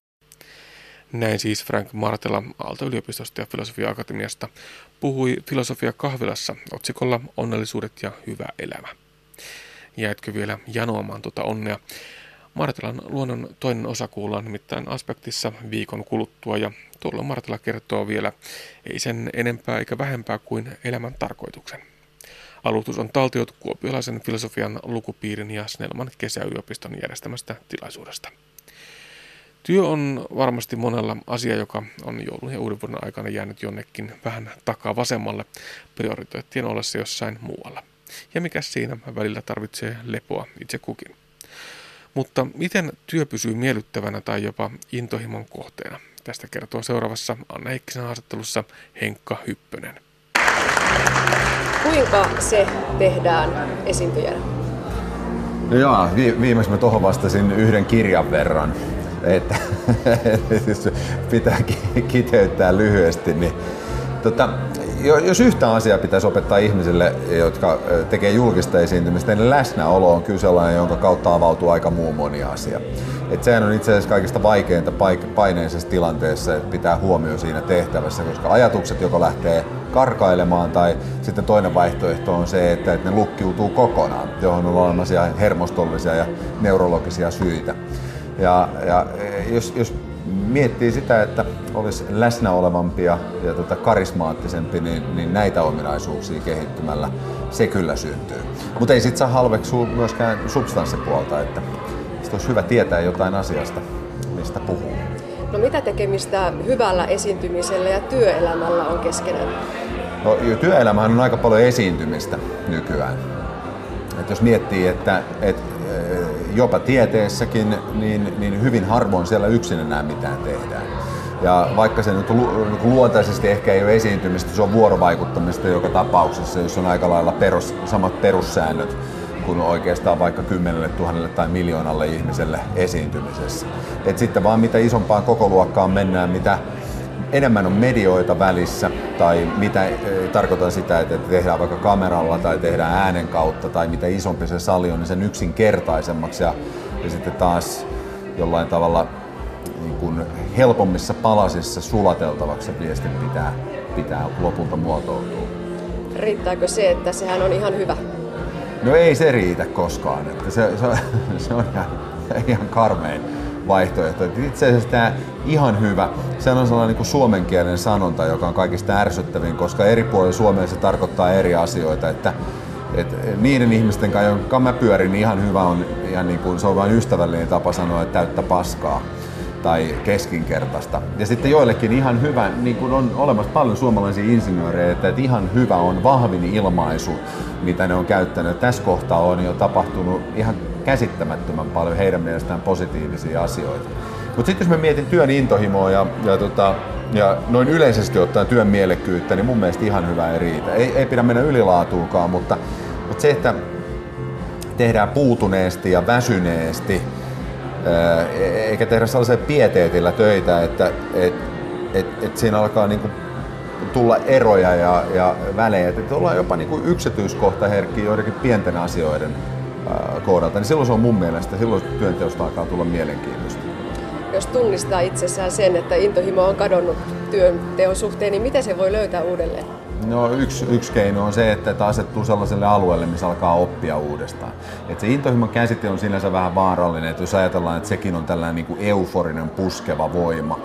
Näin siis Frank Martela Aalto-yliopistosta ja Filosofia-akatemiasta puhui Filosofia kahvilassa otsikolla Onnellisuudet ja hyvä elämä. Jäitkö vielä janoamaan tuota onnea? Martelan luonnon toinen osa kuullaan nimittäin Aspektissa viikon kuluttua ja tuolla Martela kertoo vielä ei sen enempää eikä vähempää kuin elämän tarkoituksen. Alustus on taltioitu kuopiolaisen filosofian lukupiirin ja Snellman kesäyliopiston järjestämästä tilaisuudesta. Työ on varmasti monella asia, joka on joulun ja uuden vuoden aikana jäänyt jonnekin vähän takaa vasemmalle prioriteettien ollessa jossain muualla. Ja mikä siinä välillä tarvitsee lepoa itse kukin. Mutta miten työ pysyy miellyttävänä tai jopa intohimon kohteena? Tästä kertoo seuraavassa Anna Heikkisen haastattelussa Henkka Hyppönen. Kuinka se tehdään esiintyjänä? No joo, viimeksi mä tuohon vastasin yhden kirjan verran. Että jos pitää kiteyttää lyhyesti, niin Jos yhtä asiaa pitäisi opettaa ihmisille, jotka tekee julkista esiintymistä, niin läsnäolo on kyllä sellainen, jonka kautta avautuu aika moni asia. Sehän on itse asiassa kaikista vaikeinta paineisessa tilanteessa, että pitää huomioon siinä tehtävässä, koska ajatukset joko lähtee karkailemaan tai sitten toinen vaihtoehto on se, että ne lukkiutuu kokonaan, johon on olemassa hermostollisia ja neurologisia syitä. Ja jos miettii sitä, että olisi läsnäolevampi ja karismaattisempi, niin näitä ominaisuuksia kehittymällä se kyllä syntyy. Mutta ei sit saa halveksua myöskään substanssipuolta, että olisi hyvä tietää jotain asiasta, mistä puhuu. No mitä tekemistä hyvällä esiintymisellä ja työelämällä on keskenään? No, työelämähän on aika paljon esiintymistä nykyään. Et jos miettii, että jopa tieteessäkin, niin hyvin harvoin siellä yksin enää mitään tehdään. Ja vaikka se nyt luontaisesti ehkä ei ole esiintymistä, se on vuorovaikuttamista joka tapauksessa, jos on aika lailla samat perussäännöt kuin oikeastaan vaikka 10 000 tai miljoonalle ihmiselle esiintymisessä. Et sitten vaan mitä isompaan kokoluokkaan mennään, mitä enemmän on medioita välissä, tai mitä tarkoitan sitä, että tehdään vaikka kameralla tai tehdään äänen kautta, tai mitä isompi se sali on, niin sen yksinkertaisemmaksi ja sitten taas jollain tavalla niin kuin helpommissa palasissa sulateltavaksi se viestin pitää lopulta muotoutua. Riittääkö se, että sehän on ihan hyvä? No ei se riitä koskaan, että se on ihan karmein vaihtoehto. Itse asiassa tämä ihan hyvä, se on sellainen niin kuin suomenkielinen sanonta, joka on kaikista ärsyttävin, koska eri puolilla Suomea se tarkoittaa eri asioita. Että niiden ihmisten kanssa, jonka mä pyörin, niin ihan hyvä on, ihan niin kuin, se on vain ystävällinen tapa sanoa, että täyttä paskaa tai keskinkertaista. Ja sitten joillekin ihan hyvä, niin kuin on olemassa paljon suomalaisia insinöörejä, että ihan hyvä on vahvin ilmaisu, mitä ne on käyttänyt. Tässä kohtaa on jo tapahtunut ihan käsittämättömän paljon heidän mielestään positiivisia asioita. Mutta sitten jos mä mietin työn intohimoa ja noin yleisesti ottaen työn mielekkyyttä, niin mun mielestä ihan hyvä ei riitä. Ei pidä mennä ylilaatuukaan, mutta se, että tehdään puutuneesti ja väsyneesti, eikä tehdä sellaisella pieteetillä töitä, että siinä alkaa niinku tulla eroja ja välejä, että ollaan jopa niinku yksityiskohtaherkkiä joidenkin pienten asioiden kohdalta, niin silloin se on mun mielestä, silloin työnteosta alkaa tulla mielenkiintoista. Jos tunnistaa itsessään sen, että intohimo on kadonnut työnteon suhteen, niin miten se voi löytää uudelleen? No yksi keino on se, että asettuu sellaiselle alueelle, missä alkaa oppia uudestaan. Et se intohimon käsite on sinänsä vähän vaarallinen, että jos ajatellaan, että sekin on tällainen niin kuin euforinen puskeva voima.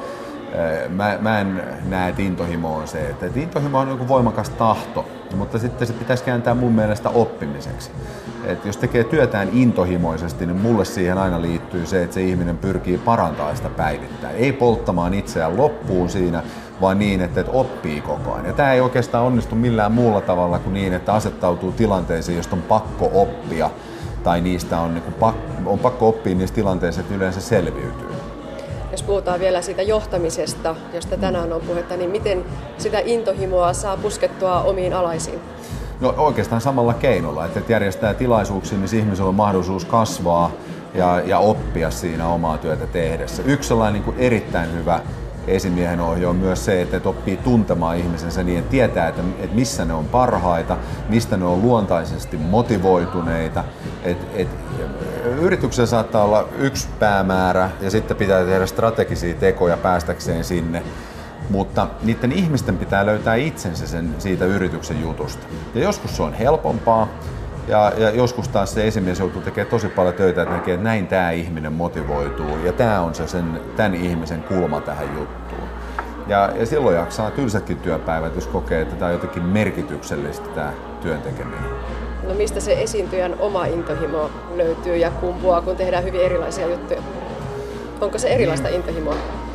Mä en näe, että intohimo on se. Että intohimo on joku voimakas tahto, mutta sitten se pitäisi kääntää mun mielestä oppimiseksi. Et jos tekee työtään intohimoisesti, niin mulle siihen aina liittyy se, että se ihminen pyrkii parantamaan sitä päivittäin. Ei polttamaan itseään loppuun siinä, vaan niin, että oppii koko ajan. Ja tämä ei oikeastaan onnistu millään muulla tavalla kuin niin, että asettautuu tilanteisiin, josta on pakko oppia, tai niistä on pakko oppia niistä tilanteista, että yleensä selviytyy. Jos puhutaan vielä siitä johtamisesta, josta tänään on puhetta, niin miten sitä intohimoa saa puskettua omiin alaisiin? No oikeastaan samalla keinolla, että järjestää tilaisuuksia, missä ihmisellä on mahdollisuus kasvaa ja oppia siinä omaa työtä tehdessä. Yksi sellainen niin kuin erittäin hyvä esimiehen ohje on myös se, että oppii tuntemaan ihmisensä niin, että tietää, että missä ne on parhaita, mistä ne on luontaisesti motivoituneita. Yrityksen saattaa olla yksi päämäärä ja sitten pitää tehdä strategisia tekoja päästäkseen sinne, mutta niiden ihmisten pitää löytää itsensä siitä yrityksen jutusta. Ja joskus se on helpompaa ja joskus taas se esimies joutuu tekemään tosi paljon töitä, että näkee, että näin tämä ihminen motivoituu ja tämä on tämän ihmisen kulma tähän juttuun. Ja silloin jaksaa tylsätkin työpäivät, jos kokee, että tämä on jotenkin merkityksellistä tämä työn tekeminen. No mistä se esiintyjän oma intohimo löytyy ja kumpuaa, kun tehdään hyvin erilaisia juttuja? Onko se erilaista intohimoa?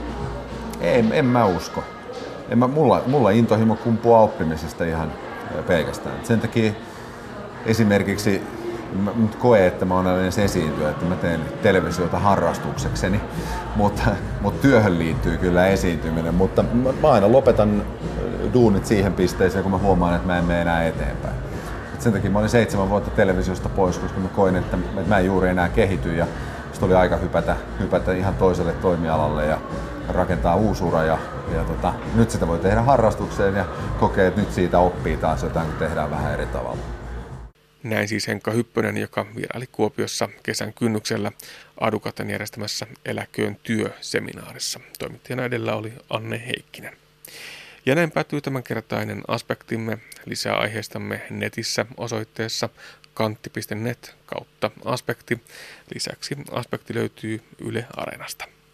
En mä usko. Mulla intohimo kumpuaa oppimisesta ihan pelkästään. Sen takia esimerkiksi mä koen, että mä oon edes esiintyä, että mä teen televisiota harrastuksekseni, mutta työhön liittyy kyllä esiintyminen. Mutta mä aina lopetan duunit siihen pisteeseen, kun mä huomaan, että mä en mene enää eteenpäin. Sen takia mä olin 7 vuotta televisiosta pois, koska mä koin, että mä en juuri enää kehity ja Sitten oli aika hypätä ihan toiselle toimialalle ja rakentaa uusura ja nyt sitä voi tehdä harrastukseen ja kokee, että nyt siitä oppii taas jotain, kun tehdään vähän eri tavalla. Näin siis Henkka Hyppönen, joka vieraili Kuopiossa kesän kynnyksellä Adukatan järjestämässä Eläköön työ-seminaarissa. Toimittajana edellä oli Anne Heikkinen. Ja näin päättyy tämänkertainen Aspektimme. Lisää aiheistamme netissä osoitteessa kantti.net/aspekti. Lisäksi Aspekti löytyy Yle Areenasta.